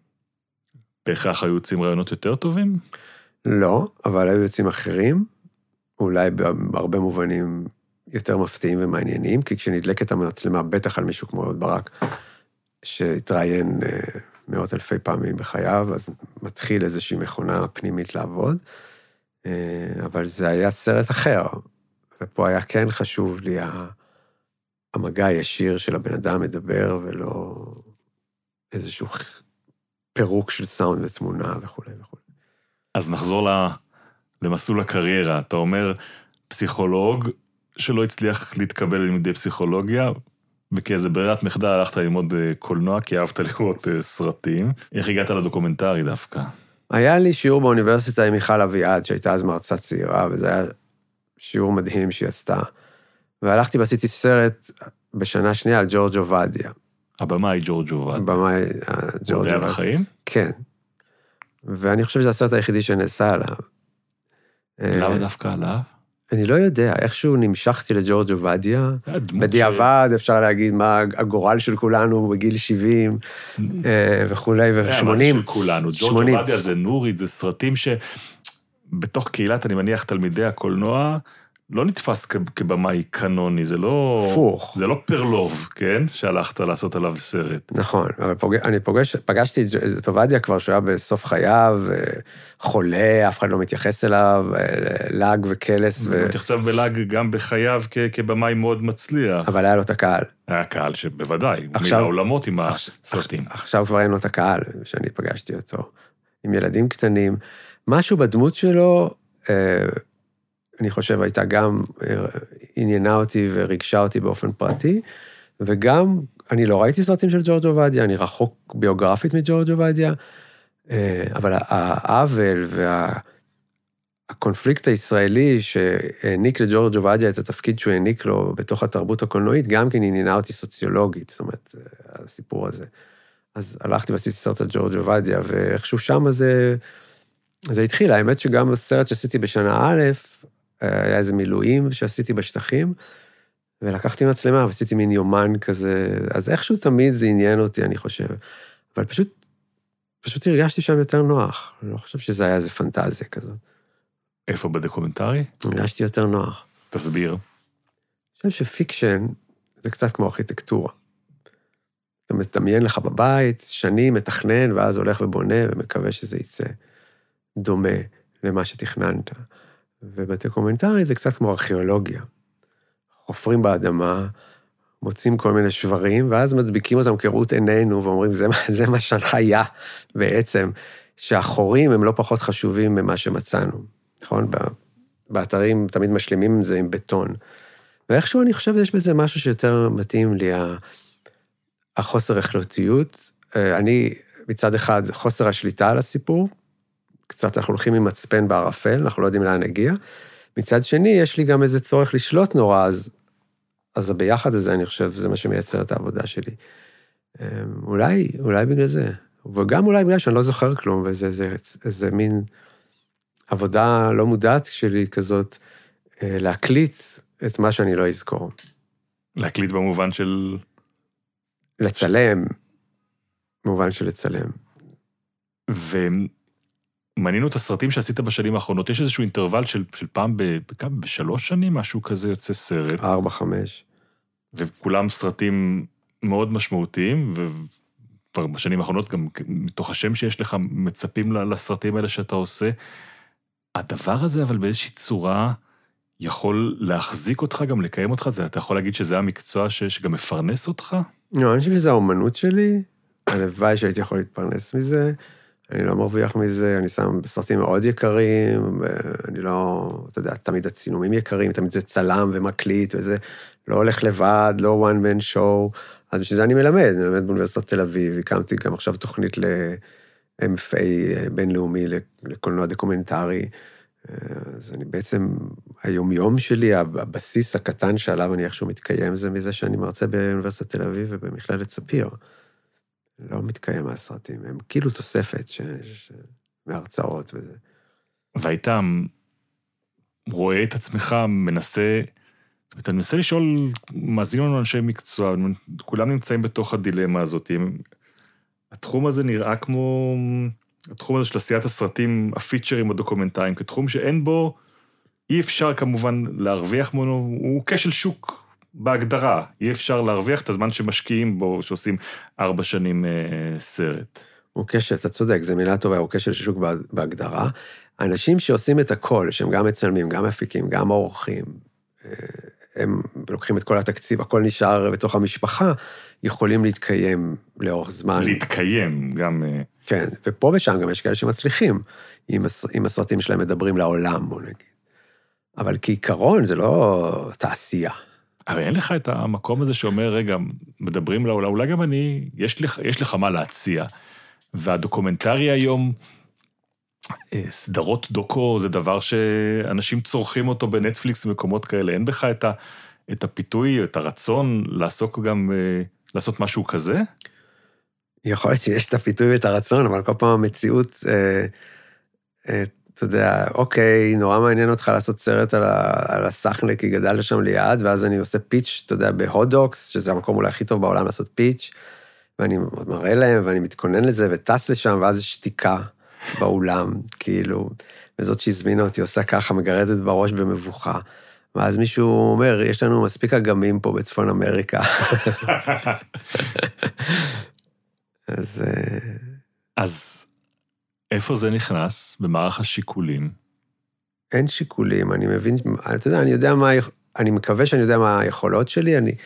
בהכרח היו יוצאים רעיונות יותר טובים? לא, אבל היו יוצאים אחרים, אולי בהרבה מובנים יותר מפתיעים ומעניינים, כי כשנדלקת המצלמה בטח על מישהו כמו אהוד ברק, שהתראיין מאות אלפי פעמים בחייו, אז מתחיל איזושהי מכונה פנימית לעבוד, אבל זה היה סרט אחר, ופה היה כן חשוב לי המגע הישיר של הבן אדם מדבר, ולא איזשהו פירוק של סאונד ותמונה וכו' וכו'. אז נחזור למסלול הקריירה. אתה אומר, פסיכולוג שלא הצליח להתקבל ללימודי פסיכולוגיה, וכאיזה ברירת מחדל הלכת ללמוד קולנוע, כי אהבת לראות סרטים. איך הגעת לדוקומנטרי דווקא? היה לי שיעור באוניברסיטה עם מיכל אביעד, שהייתה אז מרצה צעירה, וזה היה שיעור מדהים שהיא עשתה. והלכתי ועשיתי סרט בשנה שנייה על ג'ורג' עובדיה. הבמאי ג'ורג' עובדיה. הבמאי ג'ורג' עובדיה בחיים? כן. ואני חושב שזה הסרט היחידי שנעשה עליו. למה דווקא עליו? אני לא יודע, איכשהו נמשכתי לג'ורג' עובדיה, בדיעבד אפשר להגיד מה הגורל של כולנו בגיל 70 וכולי, ו-80. מה זה של כולנו? ג'ורג' עובדיה זה נורית, זה סרטים שבתוך קהילת, אני מניח, תלמידי הקולנוע, לא נתפס כבמאי קנוני, זה לא... הפוך. זה לא פרלוב, כן? שהלכת לעשות עליו סרט. נכון, אבל פגשתי את עובדיה כבר שהוא היה בסוף חייו, חולה, אף אחד לא מתייחס אליו, לג וקלס. מתייחס בלג גם בחייו כבמאי מאוד מצליח. אבל היה לו את הקהל. היה קהל שבוודאי, מהעולמות עם הסרטים. עכשיו כבר אין לו את הקהל, שאני פגשתי אותו, עם ילדים קטנים. משהו בדמות שלו, אני חושב, הייתה גם עניינה אותי ורגשה אותי באופן פרטי, וגם, אני לא ראיתי סרטים של ג'ורג' עובדיה, אני רחוק ביוגרפית מג'ורג' עובדיה, אבל העוול והקונפליקט הישראלי שהעניק לג'ורג' עובדיה את התפקיד שהוא העניק לו בתוך התרבות הקולנועית, גם כן עניינה אותי סוציולוגית, זאת אומרת, הסיפור הזה. אז הלכתי ועשיתי סרט על ג'ורג' עובדיה, ואיכשהו שם זה התחיל. האמת שגם הסרט שעשיתי בשנה א', היה איזה מילואים שעשיתי בשטחים, ולקחתי מצלמה, ועשיתי מין יומן כזה, אז איכשהו תמיד זה עניין אותי, אני חושב. אבל פשוט הרגשתי שם יותר נוח. אני לא חושב שזה היה איזה פנטזיה כזאת. איפה בדוקומנטרי? הרגשתי יותר נוח. תסביר. אני חושב שפיקשן זה קצת כמו ארכיטקטורה. אתה מדמיין לך בבית, שנים מתכנן, ואז הולך ובונה, ומקווה שזה יצא דומה למה שתכננת. ובדוקומנטרי זה קצת כמו ארכיאולוגיה. חופרים באדמה, מוצאים כל מיני שברים, ואז מדביקים אותם כראות עינינו, ואומרים, זה מה שהיה בעצם, שהחורים הם לא פחות חשובים ממה שמצאנו. נכון? באתרים תמיד משלימים עם זה עם בטון. ואיכשהו אני חושב שיש בזה משהו שיותר מתאים לי, החוסר החלטיות. אני, מצד אחד, חוסר השליטה על הסיפור, קצת אנחנו הולכים עם מצפן בערפל, אנחנו לא יודעים לאן נגיע. מצד שני, יש לי גם איזה צורך לשלוט נורא, אז הביחד הזה, אני חושב, זה מה שמייצר את העבודה שלי. אולי בגלל זה. וגם אולי בגלל שאני לא זוכר כלום, וזה מין עבודה לא מודעת שלי כזאת, להקליט את מה שאני לא אזכור. להקליט במובן של... לצלם, במובן של לצלם. מעניינו את הסרטים שעשית בשנים האחרונות, יש איזשהו אינטרוול של פעם ב3 שנים, משהו כזה יוצא סרט. 4-5. וכולם סרטים מאוד משמעותיים, ובשנים האחרונות גם מתוך השם שיש לך מצפים לסרטים האלה שאתה עושה. הדבר הזה אבל באיזושהי צורה יכול להחזיק אותך, גם לקיים אותך, אתה יכול להגיד שזה המקצוע שגם מפרנס אותך? לא, אני חושב שזה האומנות שלי, הלוואי שהייתי יכול להתפרנס מזה, אני לא מרוויח מזה, אני שם בסרטים מאוד יקרים, אני לא, אתה יודע, תמיד הצילומים יקרים, תמיד זה צלם ומקליט, וזה לא הולך לבד, לא one man show, אז בשביל זה אני מלמד באוניברסיטת תל אביב, הקמתי גם עכשיו תוכנית ל-MFA בינלאומי, לקולנוע דוקומנטרי, אז אני בעצם, היומיום שלי, הבסיס הקטן שעליו אני איכשהו מתקיים, זה מזה שאני מרצה באוניברסיטת תל אביב ובמכללת ספיר. לא מתקיים מהסרטים, הם כאילו תוספת מהרצאות וזה. והיית רואה את עצמך, אתה מנסה לשאול, מאזין לנו אנשי מקצוע, כולם נמצאים בתוך הדילמה הזאת, התחום הזה נראה כמו, התחום הזה של עשיית הסרטים, הפיצ'רים הדוקומנטריים, כתחום שאין בו, אי אפשר כמובן להרוויח ממנו, הוא כשל שוק בהגדרה, אי אפשר להרוויח את הזמן שמשקיעים בו, שעושים 4 שנים סרט. הוא כשל, אתה צודק, זו מילה טובה, הוא כשל שוק בהגדרה. האנשים שעושים את הכל, שהם גם מצלמים, גם מפיקים, גם עורכים, הם לוקחים את כל התקציב, הכל נשאר בתוך המשפחה, יכולים להתקיים לאורך זמן. להתקיים, גם... כן, ופה ושם גם יש כאלה שמצליחים, אם הסרטים שלהם מדברים לעולם, בוא נגיד. אבל כעיקרון זה לא תעשייה. אבל אין לך את המקום הזה שאומר, רגע, מדברים לעולם, אולי גם אני, יש לך מה להציע. והדוקומנטרי היום, סדרות דוקו, זה דבר שאנשים צורכים אותו בנטפליקס ומקומות כאלה. אין בך את הפיתוי, את הרצון לעסוק גם, לעשות משהו כזה? יכול להיות שיש את הפיתוי ואת הרצון, אבל כל פעם המציאות, אתה יודע, אוקיי, נורא מעניין אותך לעשות סרט על הסחנה, כי גדלת שם ליד, ואז אני עושה פיץ', אתה יודע, בהודוקס, שזה המקום אולי הכי טוב בעולם לעשות פיץ', ואני מראה להם, ואני מתכונן לזה, וטס לשם, ואז יש שתיקה באולם, כאילו, וזאת שהזמינה אותי, עושה ככה, מגרדת בראש במבוכה, ואז מישהו אומר, יש לנו מספיק אגמים פה בצפון אמריקה. אז איפה זה נכנס במערך השיקולים? אין שיקולים, אני מבין, אתה יודע, אני מקווה שאני יודע מה היכולות שלי, אני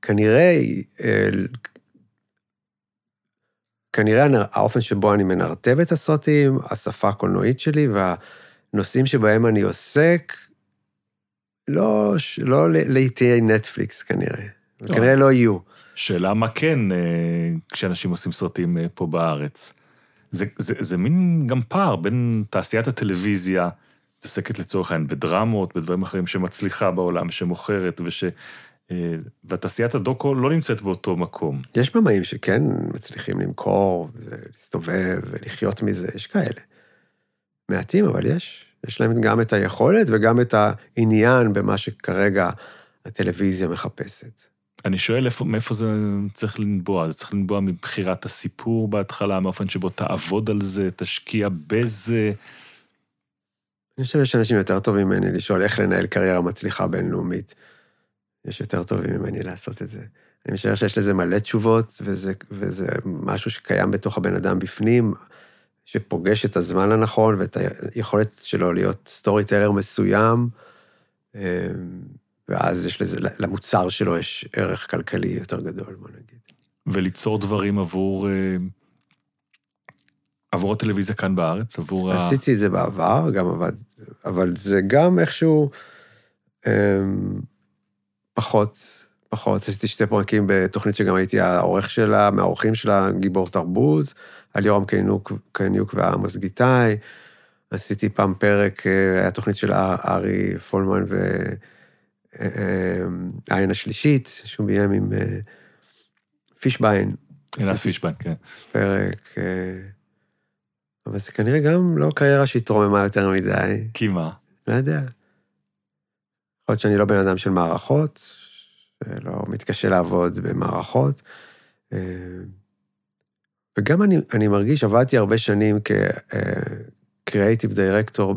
כנראה האופן שבו אני מנרטב את הסרטים, השפה הקולנועית שלי, והנושאים שבהם אני עוסק, לא לעיתי נטפליקס כנראה, וכנראה לא יהיו. שאלה מה כן, כשאנשים עושים סרטים פה בארץ. זה מין גם פער בין תעשיית הטלוויזיה, תעסקת לצורך העניין בדרמות, בדברים אחרים שמצליחה בעולם, שמוכרת, והתעשיית הדוקו לא נמצאת באותו מקום. יש במאים שכן מצליחים למכור, ולהסתובב, ולחיות מזה, יש כאלה. מעטים, אבל יש להם גם את היכולת, וגם את העניין במה שכרגע הטלוויזיה מחפשת. אני שואל מאיפה זה צריך לנבוע, זה צריך לנבוע מבחירת הסיפור בהתחלה, מאופן שבו תעבוד על זה, תשקיע בזה. אני חושב שיש אנשים יותר טובים ממני לשאול איך לנהל קריירה מצליחה בינלאומית. יש יותר טובים ממני לעשות את זה. אני משער שיש לזה מלא תשובות, וזה משהו שקיים בתוך הבן אדם בפנים, שפוגש את הזמן הנכון, ואת היכולת שלו להיות סטורי טיילר מסוים, ואז יש לזה, למוצר שלו יש ערך כלכלי יותר גדול, בוא נגיד. וליצור דברים עבור הטלוויזיה כאן בארץ, עשיתי את זה בעבר, גם עבד, אבל זה גם איכשהו פחות. עשיתי 2 פרקים בתוכנית שגם הייתי העורך שלה, מהעורכים שלה, גיבור תרבות, על יורם קניוק ועמוס גיטאי. עשיתי פעם פרק, היה תוכנית של ארי פולמן העין השלישית, שהוא ביים עם פישביין. עינת פישביין, כן. פרק, אבל זה כנראה גם לא קריירה שהתרוממה יותר מדי. כי מה? לא יודע. יכול להיות שאני לא בן אדם של מערכות, לא מתקשה לעבוד במערכות, וגם אני מרגיש, עבדתי הרבה שנים כקריאייטיב דירקטור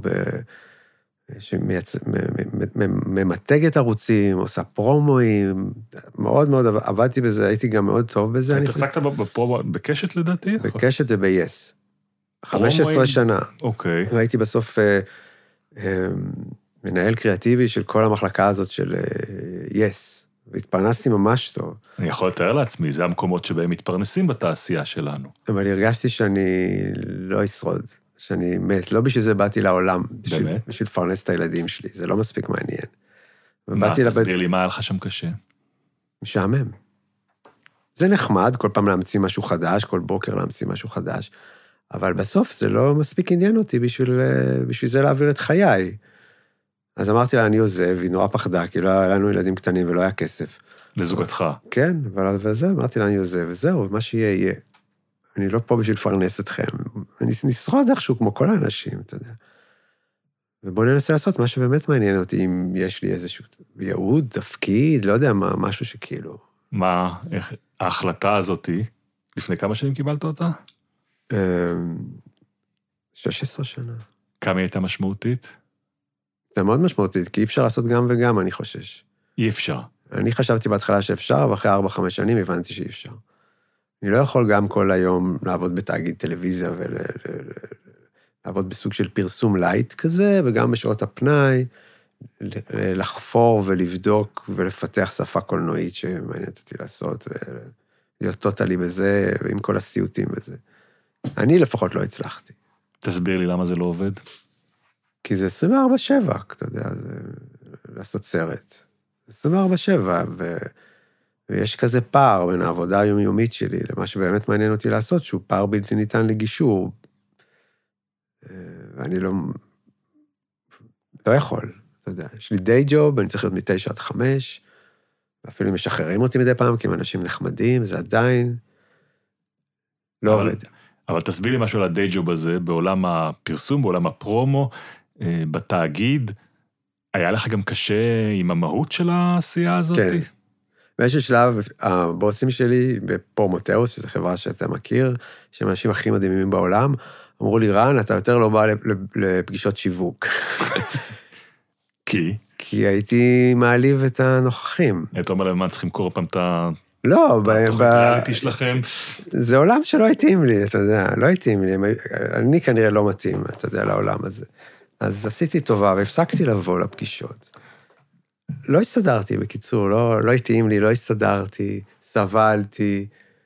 שממתגת ערוצים, עושה פרומואים, מאוד מאוד עבדתי בזה, הייתי גם מאוד טוב בזה. אתה עסקת בקשת לדעתי? בקשת וב-yes. 15 שנה. אוקיי. והייתי בסוף מנהל קריאטיבי של כל המחלקה הזאת של yes, והתפרנסתי ממש טוב. אני יכול לתאר לעצמי, זה המקומות שבהם מתפרנסים בתעשייה שלנו. אבל הרגשתי שאני לא אשרוד. שאני מת, לא בשביל זה באתי לעולם, בשביל לפרנס את הילדים שלי, זה לא מספיק מעניין. מה, תסביר לי, מה היה לך שם קשה? משעמם. זה נחמד, כל פעם להמציא משהו חדש, כל בוקר להמציא משהו חדש, אבל בסוף זה לא מספיק עניין אותי בשביל זה להעביר את חיי. אז אמרתי לה, אני עוזב, והיא נורא פחדה, כי לא היה לנו ילדים קטנים ולא היה כסף. לזוגתך. כן, וזה, אמרתי לה, אני עוזב, וזהו, מה שיהיה, יהיה. אני לא פה בשביל לפרנס אתכם, אני נשרוד איכשהו כמו כל האנשים, אתה יודע. ובואו ננסה לעשות מה שבאמת מעניין אותי, אם יש לי איזשהו ייעוד, תפקיד, לא יודע מה, משהו שכאילו... מה, איך, ההחלטה הזאת, לפני כמה שנים קיבלת אותה? 16 שנה. כמה היא הייתה משמעותית? זה מאוד משמעותית, כי אי אפשר לעשות גם וגם, אני חושש. אי אפשר. אני חשבתי בהתחלה שאפשר, ואחרי 4-5 שנים הבנתי שאי אפשר. אני לא יכול גם כל היום לעבוד בתאגיד טלוויזיה ולעבוד בסוג של פרסום לייט כזה, וגם בשעות הפנאי, לחפור ולבדוק ולפתח שפה קולנועית שמעניינת אותי לעשות, ולהיות טוטלי בזה, ועם כל הסיוטים בזה. אני לפחות לא הצלחתי. תסביר לי למה זה לא עובד. כי זה 24/7, אתה יודע, זה לעשות סרט. 24/7, ויש כזה פער בין העבודה היומיומית שלי, למה שבאמת מעניין אותי לעשות, שהוא פער בלתי ניתן לגישור. ואני לא יכול, אתה יודע, יש לי די ג'וב, אני צריך להיות 9 עד 5, ואפילו אם משחררים אותי מדי פעם, כי הם אנשים נחמדים, זה עדיין לא עובד. אבל תסביר לי משהו על הדי ג'וב הזה, בעולם הפרסום, בעולם הפרומו, בתאגיד, היה לך גם קשה עם המהות של העשייה הזאת? כן. באיזשהו שלב, הבוסים שלי בפרומוטאוס, שזו חברה שאתה מכיר, שהם האנשים הכי מדהימים בעולם, אמרו לי, רן, אתה יותר לא בא לפגישות שיווק. כי? כי הייתי מעליב את הנוכחים. היית אומר להם, מה צריכים לקרוא פעם את לא, התוכנית ריאליטי שלכם? זה עולם שלא התאים לי, אתה יודע, לא התאים לי. אני כנראה לא מתאים, אתה יודע, לעולם הזה. אז עשיתי טובה, והפסקתי לבוא לפגישות. לא הסתדרתי, בקיצור, לא התאים לי, לא הסתדרתי, סבלתי,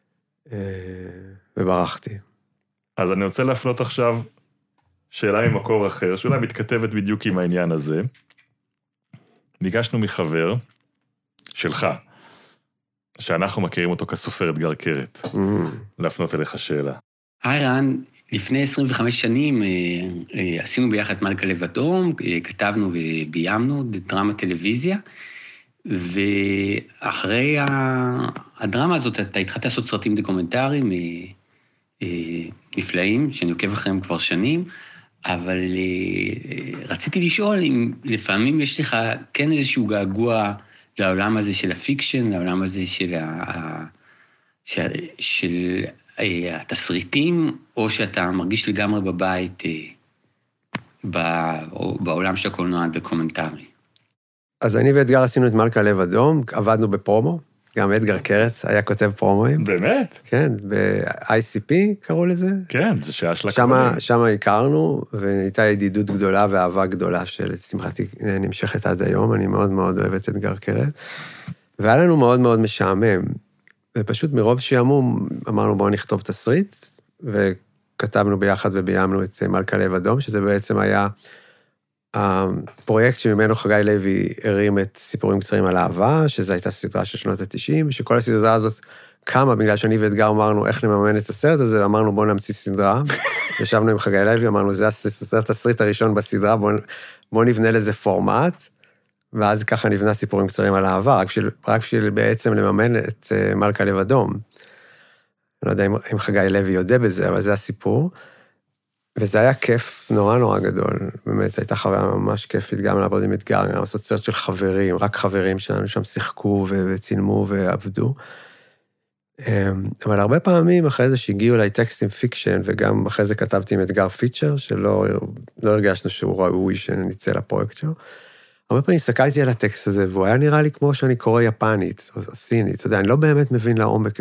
וברחתי. אז אני רוצה להפנות עכשיו שאלה ממקור אחר, שאולי מתכתבת בדיוק עם העניין הזה. ביקשנו מחבר שלך, שאנחנו מכירים אותו כסופר אתגר קרת, להפנות אליך שאלה. היי רן, לפני 25 שנים עשינו ביחד מלכה לב אדום, כתבנו וביימנו דרמה טלוויזיה, ואחרי הדרמה הזאת אתה התחלת לעשות סרטים דוקומנטריים נפלאים, שאני עוקב אחריהם כבר שנים, אבל רציתי לשאול אם לפעמים יש לך כן איזשהו געגוע לעולם הזה של הפיקשן, לעולם הזה של התסריטים, או שאתה מרגיש לגמרי בבית בעולם של הקולנוע הדוקומנטרי. אז אני ואתגר עשינו את מלכה לב אדום, עבדנו בפרומו, גם אתגר קרת היה כותב פרומואים. באמת? כן, ב-ICP קראו לזה. כן, זה שעה של הכבלים. שם הכרנו, והייתה ידידות גדולה ואהבה גדולה שלשמחתי נמשכת עד היום, אני מאוד מאוד אוהב את אתגר קרת. והיה לנו מאוד מאוד משעמם, ופשוט מרוב שעמום אמרנו בואו נכתוב תסריט, וכתבנו ביחד וביימנו את מלכה לב אדום, שזה בעצם היה הפרויקט שממנו חגי לוי הרים את סיפורים קצרים על אהבה, שזו הייתה סדרה של שנות ה-90, שכל הסדרה הזאת קמה בגלל שאני ואתגר אמרנו איך נממן את הסרט הזה, ואמרנו בואו נמציא סדרה, ישבנו עם חגי לוי, אמרנו זה התסריט הראשון בסדרה, בואו נבנה לזה פורמט, ואז ככה נבנה סיפורים קצרים על אהבה, רק בשביל בעצם לממן את מלכה לב אדום. אני לא יודע אם חגי לוי יודע בזה, אבל זה הסיפור. וזה היה כיף נורא נורא גדול. באמת, זו הייתה חוויה ממש כיפית גם לעבוד עם אתגר, גם לעשות סרט של חברים, רק חברים שלנו שם שיחקו וצילמו ועבדו. אבל הרבה פעמים אחרי זה שהגיעו אליי טקסטים פיקשן, וגם אחרי זה כתבתי עם אתגר פיצ'ר, שלא הרגשנו שהוא ראוי שנצא לפרויקט שלו, הרבה פעמים הסתכלתי על הטקסט הזה, והוא היה נראה לי כמו שאני קורא יפנית או סינית. אתה יודע, אני לא באמת מבין לעומק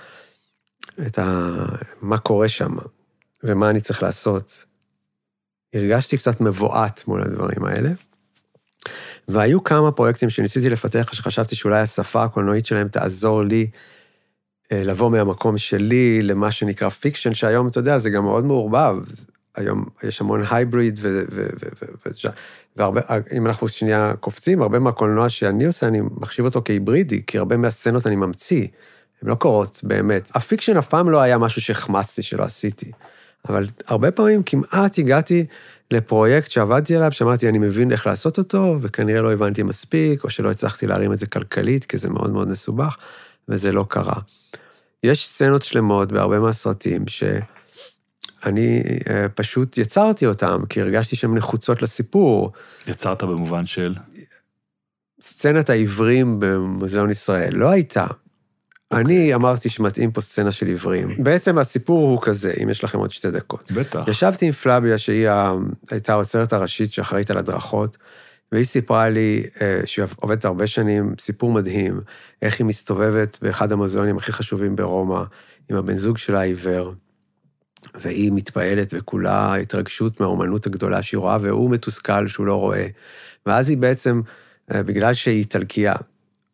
מה קורה שם, ומה אני צריך לעשות. הרגשתי קצת מבועת מול הדברים האלה, והיו כמה פרויקטים שניסיתי לפתח, שחשבתי שאולי השפה הקולנועית שלהם תעזור לי לבוא מהמקום שלי למה שנקרא פיקשן, שהיום, אתה יודע, זה גם מאוד מעורבב. היום יש המון הייבריד, והרבה, אם אנחנו שנייה קופצים, הרבה מהקולנוע שאני עושה, אני מחשיב אותו כהיברידי, כי הרבה מהסצנות אני ממציא, הן לא קורות באמת. הפיקשן אף פעם לא היה משהו שהחמצתי שלא עשיתי, אבל הרבה פעמים כמעט הגעתי לפרויקט שעבדתי עליו, שאמרתי, אני מבין איך לעשות אותו, וכנראה לא הבנתי מספיק, או שלא הצלחתי להרים את זה כלכלית, כי זה מאוד מאוד מסובך, וזה לא קרה. יש סצנות שלמות בהרבה מהסרטים שאני פשוט יצרתי אותם, כי הרגשתי שהן נחוצות לסיפור. יצרת במובן של? סצנת העברים במוזיאון ישראל לא הייתה. אני אמרתי שמתאים פה סצנה של עברים. בעצם הסיפור הוא כזה, אם יש לכם עוד 2 דקות. בטח. ישבתי עם פלביה, שהיא הייתה האוצרת הראשית שאחראית על הדרכות, והיא סיפרה לי, שהיא עובדת הרבה שנים, סיפור מדהים, איך היא מסתובבת באחד המוזיאונים הכי חשובים ברומא, עם הבן זוג שלה העיוור, והיא מתפעלת וכולה התרגשות מהאומנות הגדולה שהיא רואה, והוא מתוסכל שהוא לא רואה. ואז היא בעצם, בגלל שהיא איטלקיה,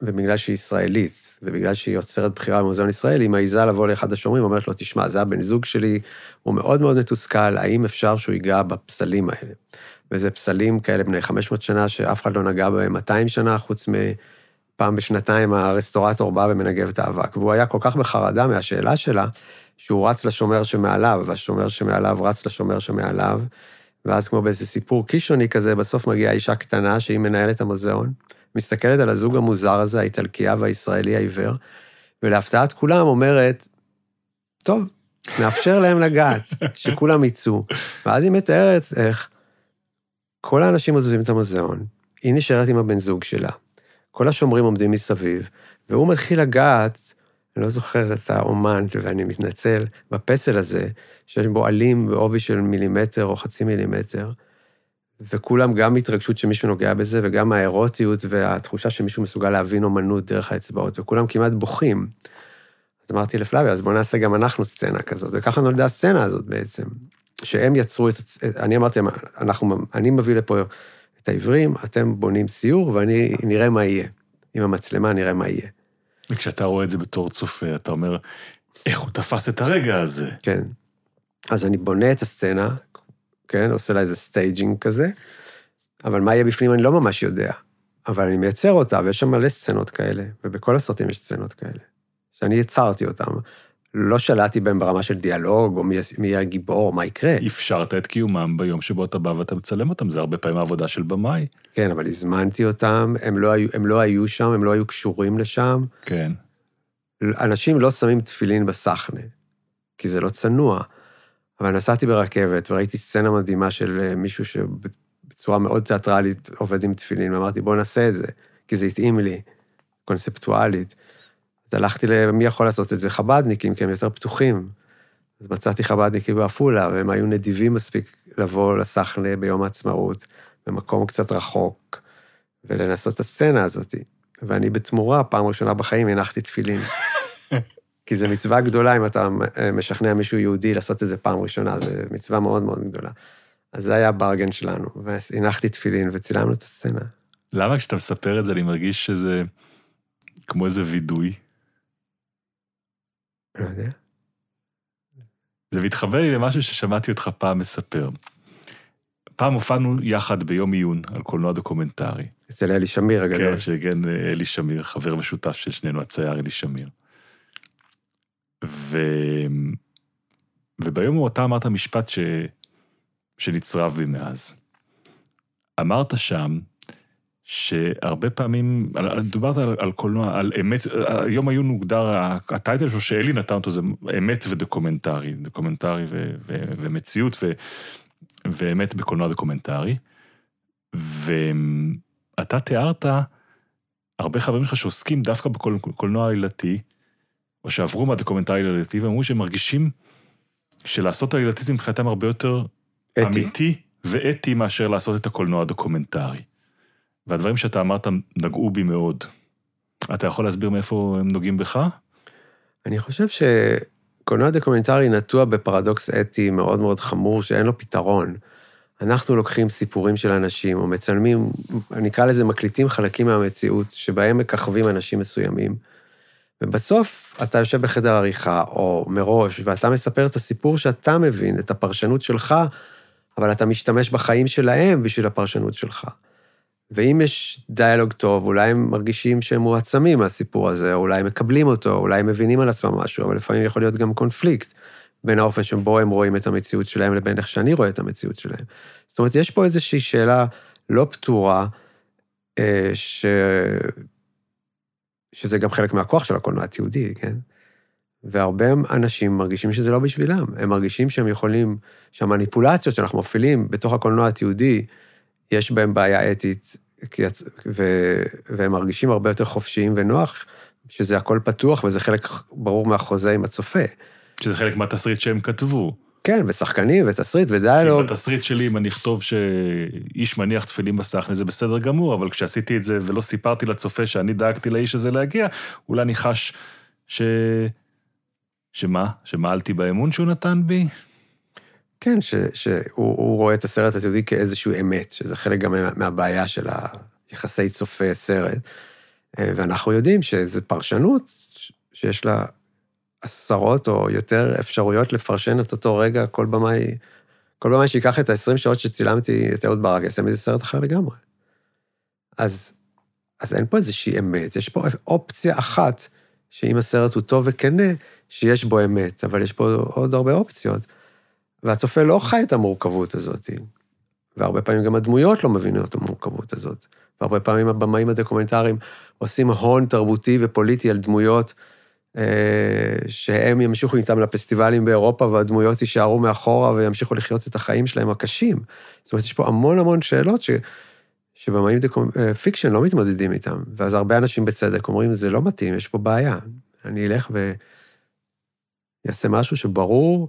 ובגלל שהיא ישראלית, ובגלל שהיא יוצרת בחירה במוזיאון ישראלי, היא מעיזה לבוא לאחד השומרים, אומרת לו, תשמע, זה הבן זוג שלי, הוא מאוד מאוד מתוסכל, האם אפשר שהוא ייגע בפסלים האלה? וזה פסלים כאלה בני 500 שנה, שאף אחד לא נגע בהם 200 שנה, חוץ מפעם בשנתיים הרסטורטור בא ומנגב את האבק, והוא היה כל כך בחרדה מהשאלה שלה, שהוא רץ לשומר שמעליו, והשומר שמעליו רץ לשומר שמעליו, ואז כמו באיזה סיפור קישוני כזה, בסוף מגיעה אישה קטנה שהיא מנהלת המוזיאון, מסתכלת על הזוג המוזר הזה, האיטלקיה והישראלי העיוור, ולהפתעת כולם אומרת, טוב, נאפשר להם לגעת, שכולם יצאו. ואז היא מתארת איך כל האנשים עוזבים את המוזיאון, היא נשארת עם הבן זוג שלה, כל השומרים עומדים מסביב, והוא מתחיל לגעת, אני לא זוכר את האומן, ואני מתנצל, בפסל הזה, שיש בו עלים בעובי של מילימטר או חצי מילימטר, וכולם גם התרגשות שמישהו נוגע בזה, וגם האירוטיות והתחושה שמישהו מסוגל להבין אומנות דרך האצבעות, וכולם כמעט בוכים. אז אמרתי לפלאביה, אז בואו נעשה גם אנחנו סצנה כזאת, וככה נולדה הסצנה הזאת בעצם, שהם יצרו אני אמרתי, אני מביא לפה את העברים, אתם בונים סיור, ואני נראה מה יהיה. עם המצלמה נראה מה יהיה. וכשאתה רואה את זה בתור צופה, אתה אומר, איך הוא תפס את הרגע הזה? כן. אז אני בונה את הסצנה, כן, עושה לה איזה סטייג'ינג כזה, אבל מה יהיה בפנים אני לא ממש יודע, אבל אני מייצר אותה, ויש שם מלא סצנות כאלה, ובכל הסרטים יש סצנות כאלה, שאני יצרתי אותם, לא שלטתי בהם ברמה של דיאלוג, או מי יהיה הגיבור, או מה יקרה. אפשרת את קיומם ביום שבו אתה בא ואתה מצלם אותם, זה הרבה פעמים העבודה של במאי. כן, אבל הזמנתי אותם, הם לא היו שם, הם לא היו קשורים לשם. כן. אנשים לא שמים תפילין בסחנה, כי זה לא צנוע. אבל נסעתי ברכבת, וראיתי סצנה מדהימה של מישהו שבצורה מאוד תיאטרלית עובד עם תפילין, ואמרתי, בוא נעשה את זה, כי זה התאים לי, קונספטואלית. אז הלכתי למי יכול לעשות את זה, חבדניקים, כי הם יותר פתוחים. אז מצאתי חבדניקים בעפולה, והם היו נדיבים מספיק לבוא לסחנה ביום העצמאות, במקום קצת רחוק, ולנסות את הסצנה הזאת. ואני בתמורה, פעם ראשונה בחיים, הנחתי תפילין. כי זו מצווה גדולה, אם אתה משכנע מישהו יהודי לעשות את זה פעם ראשונה, זו מצווה מאוד מאוד גדולה. אז זה היה הברגן שלנו, והנחתי תפילין וצילמנו את הסצנה. למה כשאתה מספר את זה, אני מרגיש שזה כמו איזה וידוי? לא יודע. זה מתחבר לי למשהו ששמעתי אותך פעם מספר. פעם הופענו יחד ביום עיון על קולנוע דוקומנטרי. אצל אלי שמיר הגדול. כן, שגן אלי שמיר, חבר משותף של שנינו, הצייר אלי שמיר. וביום אתה אמרת משפט שנצרב בי מאז. אמרת שם שהרבה פעמים, דוברת על קולנוע, על אמת, היום היו נוגדר, הטייטל שלו שאלי נתן אותו זה אמת ודוקומנטרי, דוקומנטרי ומציאות ואמת בקולנוע דוקומנטרי, ואתה תיארת הרבה חברים שלך שעוסקים דווקא בקולנוע עלילתי, או שעברו מהדוקומנטרי עלילתי, ואמרו שהם מרגישים שלעשות עלילתי מבחינתם הרבה יותר אמיתי ואתי מאשר לעשות את הקולנוע הדוקומנטרי. והדברים שאתה אמרת נגעו בי מאוד. אתה יכול להסביר מאיפה הם נוגעים בך? אני חושב שקולנוע דוקומנטרי נטוע בפרדוקס אתי מאוד מאוד חמור, שאין לו פתרון. אנחנו לוקחים סיפורים של אנשים, או מצלמים, אני אקרא לזה מקליטים חלקים מהמציאות, שבהם מככבים אנשים מסוימים, ובסוף אתה יושב בחדר עריכה, או מראש, ואתה מספר את הסיפור שאתה מבין, את הפרשנות שלך, אבל אתה משתמש בחיים שלהם בשביל הפרשנות שלך. ואם יש דיאלוג טוב, אולי הם מרגישים שהם מועצמים מהסיפור הזה, או אולי הם מקבלים אותו, אולי הם מבינים על עצמם משהו, אבל לפעמים יכול להיות גם קונפליקט, בין האופן שבו הם רואים את המציאות שלהם, לבין איך שאני רואה את המציאות שלהם. זאת אומרת, יש פה איזושהי שאלה לא פתורה, שזה גם חלק מהכוח של הקולנוע התיעודי, כן? והרבה אנשים מרגישים שזה לא בשבילם. הם מרגישים שהם יכולים, שהמניפולציות שאנחנו מפעילים בתוך הקולנוע התיעודי, יש בהם בעיה אתית, והם מרגישים הרבה יותר חופשיים ונוח, שזה הכל פתוח, וזה חלק ברור מהחוזה עם הצופה. שזה חלק מהתסריט שהם כתבו. כן, ושחקנים, ותסריט, ודיאלוג. כי בתסריט שלי, אם אני אכתוב שאיש מניח תפילים בסחנה, זה בסדר גמור, אבל כשעשיתי את זה ולא סיפרתי לצופה שאני דאגתי לאיש הזה להגיע, אולי אני חש שמעלתי באמון שהוא נתן בי? כן, שהוא רואה את הסרט התיעודי כאיזשהו אמת, שזה חלק גם מהבעיה של היחסי צופה סרט. ואנחנו יודעים שזו פרשנות שיש לה עשרות או יותר אפשרויות לפרשן את אותו רגע, כל במאי שיקח את ה-20 שעות שצילמתי את אהוד ברק, יעשה מזה סרט אחר לגמרי. אז אין פה איזושהי אמת, יש פה אופציה אחת, שאם הסרט הוא טוב וכנה, שיש בו אמת, אבל יש פה עוד הרבה אופציות. והצופה לא חי את המורכבות הזאת, והרבה פעמים גם הדמויות לא מבינות את המורכבות הזאת, והרבה פעמים הבמאים הדוקומנטריים עושים הון תרבותי ופוליטי על דמויות, שהם ימשיכו איתם לפסטיבלים באירופה, והדמויות יישארו מאחורה וימשיכו לחיות את החיים שלהם הקשים. זאת אומרת, יש פה המון שאלות שבמאים פיקשן לא מתמודדים איתם, ואז הרבה אנשים בצדק אומרים, זה לא מתאים, יש פה בעיה. אני אלך ויעשה משהו שברור,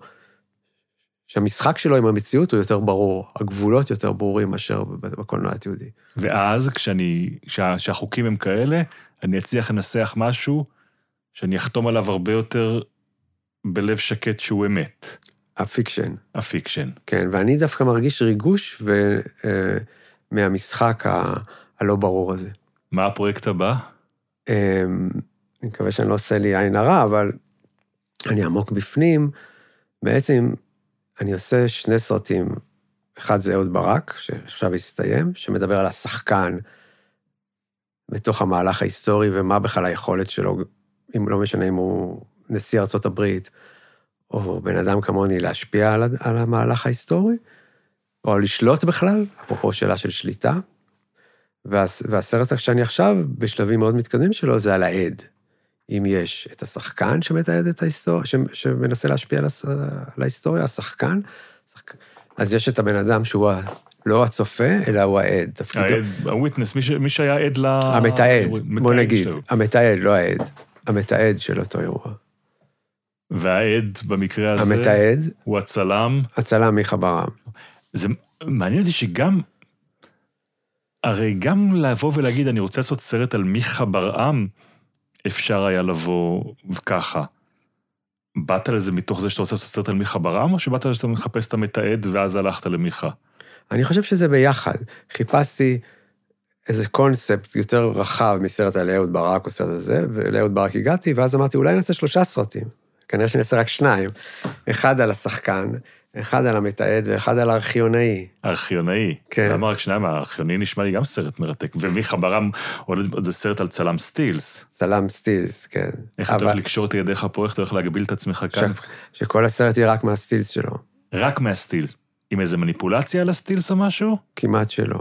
שהמשחק שלו עם המציאות הוא יותר ברור, הגבולות יותר ברורים מאשר בקולנוע התיעודי. ואז כשהחוקים הם כאלה, אני אצליח לנסח משהו, שאני אחתום עליו הרבה יותר בלב שקט שהוא אמת. הפיקשן. כן, ואני דווקא מרגיש ריגוש מהמשחק הלא ברור הזה. מה הפרויקט הבא? אני מקווה שאני לא עושה לי עין הרע, אבל אני עמוק בפנים. בעצם אני עושה 2 סרטים. אחד זה אהוד ברק, שעכשיו הסתיים, שמדבר על השחקן בתוך המהלך ההיסטורי, ומה בכלל היכולת שלו, אם לא משנה אם הוא נשיא ארצות הברית, או בן אדם כמוני להשפיע על המהלך ההיסטורי, או לשלוט בכלל, אפרופו שאלה של שליטה, והסרט שאני עכשיו, בשלבים מאוד מתקדמים שלו, זה על העד. אם יש את השחקן שמתעד את ההיסטוריה, שמנסה להשפיע על ההיסטוריה, השחקן, אז יש את הבן אדם שהוא לא הצופה, אלא הוא העד. העד, הוויטנס, מי שהיה עד המתעד, בוא נגיד, המתעד, לא העד. המתעד של אותו אירוע. והעד במקרה הזה, המתעד, הוא הצלם. הצלם מיכה ברעם. זה מעניין אותי שגם, הרי גם לבוא ולהגיד, אני רוצה לעשות סרט על מיכה ברעם, אפשר היה לבוא ככה. באת לזה מתוך זה שאתה רוצה לעשות סרט על מיכה ברעם, או שבאת לזה שאתה מחפש את המתעד ואז הלכת למיכה? אני חושב שזה ביחד. חיפשתי איזה קונספט יותר רחב מסרט על אהוד ברק או סרט הזה, ולאהוד ברק הגעתי, ואז אמרתי, אולי נעשה 3 סרטים. כנראה שנעשה רק 2. אחד על השחקן, אחד על המתעד, ואחד על הארכיונאי. הארכיונאי? כן. למה רק 2? הארכיונאי נשמע לי גם סרט מרתק. ומיכה ברעם עוד סרט על צלם סטילס. צלם סטילס, כן. איך אתה הולך לקשור את ידיך פה, איך אתה הולך להגביל את עצמך כאן? שכל הסרט יהיה רק מהסטילס שלו. רק מהסטילס. עם איזה מניפולציה על הסטילס או משהו? כמעט שלא.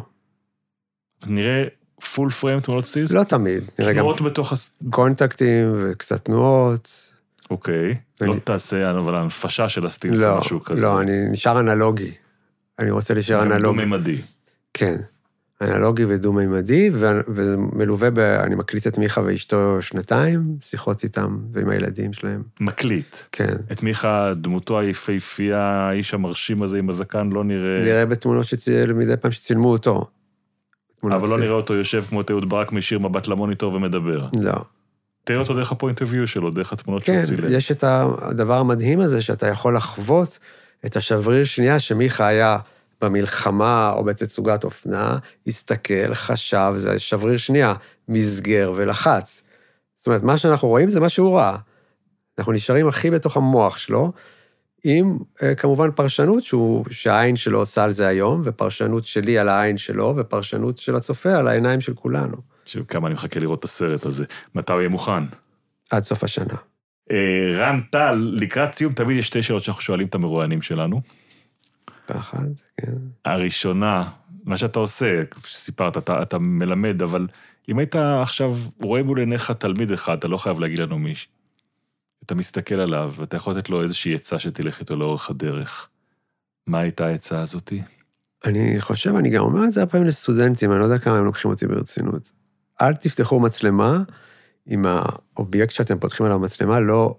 נראה פול פריים תמונות סטילס? לא תמיד. נראה גם קונטקטים וקצת תנועות. אוקיי. לא תעשה, אבל ההנפשה של הסטילס או משהו כזה. לא, אני נשאר אנלוגי. אני רוצה להישאר אנלוגי. דו-מימדי. כן. אנלוגי ודו-מימדי, ומלווה אני מקליט את מיכה ואשתו 2, שיחות איתם ועם הילדים שלהם. מקליט. כן. את מיכה, דמותו היפהפייה, האיש המרשים הזה עם הזקן, לא נראה... נראה בתמונות מדי פעם שצילמו אותו. אבל לא נראה אותו יושב כמו אהוד ברק משאיר מבט למוניטור ומדבר. לא. תראה אותו דרך הפוינט אביו שלו, דרך התמונות כן, שהוא צילם. כן, יש את הדבר המדהים הזה, שאתה יכול לחוות את השבריר שנייה שמיכה היה במלחמה או בתצוגת אופנה, הסתכל, חשב, זה שבריר שנייה, מסגר ולחץ. זאת אומרת, מה שאנחנו רואים זה מה שהוא ראה. אנחנו נשארים הכי בתוך המוח שלו, עם כמובן פרשנות שהעין שלו עושה על זה היום, ופרשנות שלי על העין שלו, ופרשנות של הצופה על העיניים של כולנו. כמה אני מחכה לראות את הסרט הזה. מתי הוא יהיה מוכן? עד סוף השנה. רן טל, לקראת סיום, תמיד יש 2 שאלות שאנחנו שואלים את המרואיינים שלנו. באחד, כן. הראשונה, מה שאתה עושה, סיפרת, אתה מלמד, אבל אם היית עכשיו רואה מול עיניך תלמיד אחד, אתה לא חייב להגיד לנו מישהו. אתה מסתכל עליו, ואתה יכול לתת לו איזושהי עצה שתלך איתו לאורך הדרך. מה הייתה העצה הזאת? אני חושב, אני גם אומר את זה הפעמים לסטודנטים, אני לא יודע כמה הם לוקחים אותי ברצינות. אל תפתחו מצלמה, אם האובייקט שאתם פותחים עליו מצלמה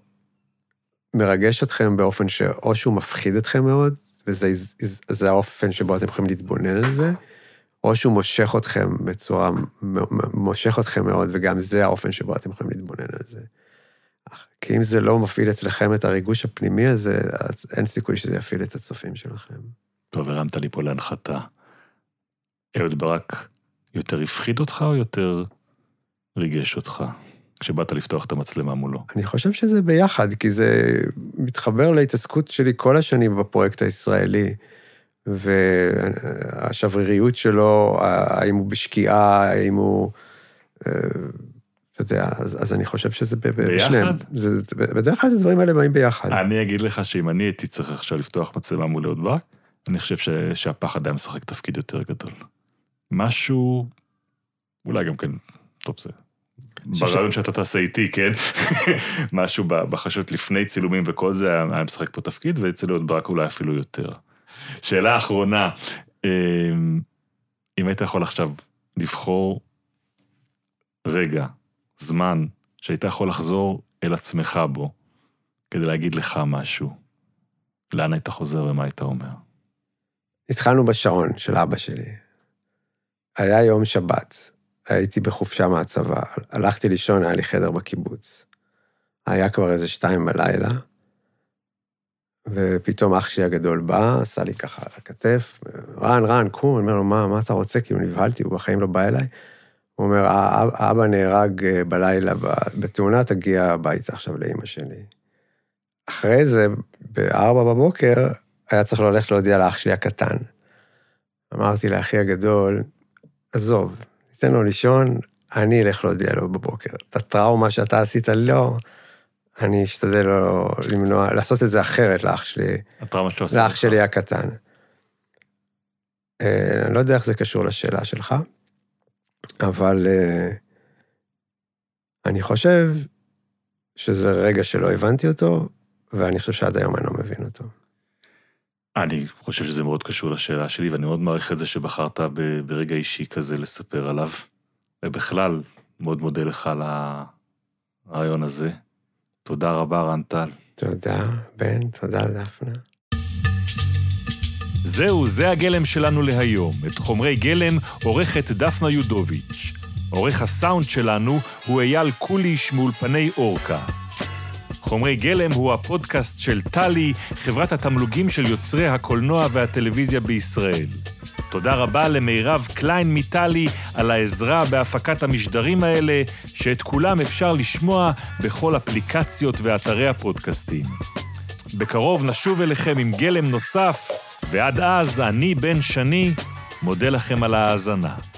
מרגש אתכם באופן שאו שהוא מפחיד אתכם מאוד, וזה האופן שבו אתם יכולים להתבונן על זה, או שהוא מושך אתכם בצורה, מושך אתכם מאוד, וגם זה האופן שבו אתם יכולים להתבונן על זה. כי אם זה לא מפעיל אצלכם את הריגוש הפנימי הזה, אז אין סיכוי שזה יפעיל את הצופים שלכם. טוב, הרמת לי פה להנחתה. אהוד ברק יותר הפחיד אותך או יותר ריגש אותך, כשבאת לפתוח את המצלמה מולו? אני חושב שזה ביחד, כי זה מתחבר להתעסקות שלי כל השנים בפרויקט הישראלי, והשבריריות שלו, האם הוא בשקיעה, האם הוא... אתה יודע, אז אני חושב שזה בשניהם. בדרך כלל זה דברים האלה באים ביחד. אני אגיד לך שאם אני הייתי צריך עכשיו לפתוח מצלמה מול אהוד ברק, אני חושב שהפחד היה משחק תפקיד יותר גדול. משהו, אולי גם כן, טוב זה, ברעיון שאתה תעשה איתי, כן? משהו בחשות לפני צילומים וכל זה היה משחק פה תפקיד, ואצל אהוד ברק אולי אפילו יותר. שאלה האחרונה, אם היית יכול עכשיו לבחור רגע, זמן, שהיית יכול לחזור אל עצמך בו, כדי להגיד לך משהו, לאן היית חוזר ומה היית אומר? התחלנו בשעון של אבא שלי. היה יום שבת, הייתי בחופשה מהצבא, הלכתי לישון, היה לי חדר בקיבוץ. היה כבר איזה 2 בלילה, ופתאום אח שלי הגדול בא, עשה לי ככה על הכתף, רן, קום, אני אומר לו, מה אתה רוצה? כאילו נבהלתי, הוא בחיים לא בא אליי. הוא אומר, האבא נהרג בלילה בתאונה, תגיע הביתה עכשיו לאמא שלי. אחרי זה, ב4 בבוקר, היה צריך ללכת להודיע לאח שלי הקטן. אמרתי לאחי הגדול, עזוב, ניתן לו לישון, אני אלך להודיע לו בבוקר. את הטראומה שאתה עשית לא, אני אשתדל לו למנוע, לעשות את זה אחרת לאח שלי, לאח שלי הקטן. אני לא יודע איך זה קשור לשאלה שלך, אבל אני חושב שזה רגע שלא הבנתי אותו, ואני חושב שעד היום אני לא מבין אותו. אני חושב שזה מאוד קשור לשאלה שלי, ואני מאוד מעריך את זה שבחרת ברגע אישי כזה לספר עליו, ובכלל מאוד מודה לך על הרעיון הזה. תודה רבה, רן טל. תודה, בן, תודה, דפנה. זהו, זה הגלם שלנו להיום. את חומרי גלם עורכת דפנה יודוביץ'. עורך הסאונד שלנו הוא אייל קוליש מאולפני אורקה. חומרי גלם הוא הפודקאסט של טלי, חברת התמלוגים של יוצרי הקולנוע והטלוויזיה בישראל. תודה רבה למירב קליין מטלי על העזרה בהפקת המשדרים האלה, שאת כולם אפשר לשמוע בכל אפליקציות ואתרי הפודקאסטים. בקרוב נשוב אליכם עם גלם נוסף, ועד אז אני בן שני, מודה לכם על ההאזנה.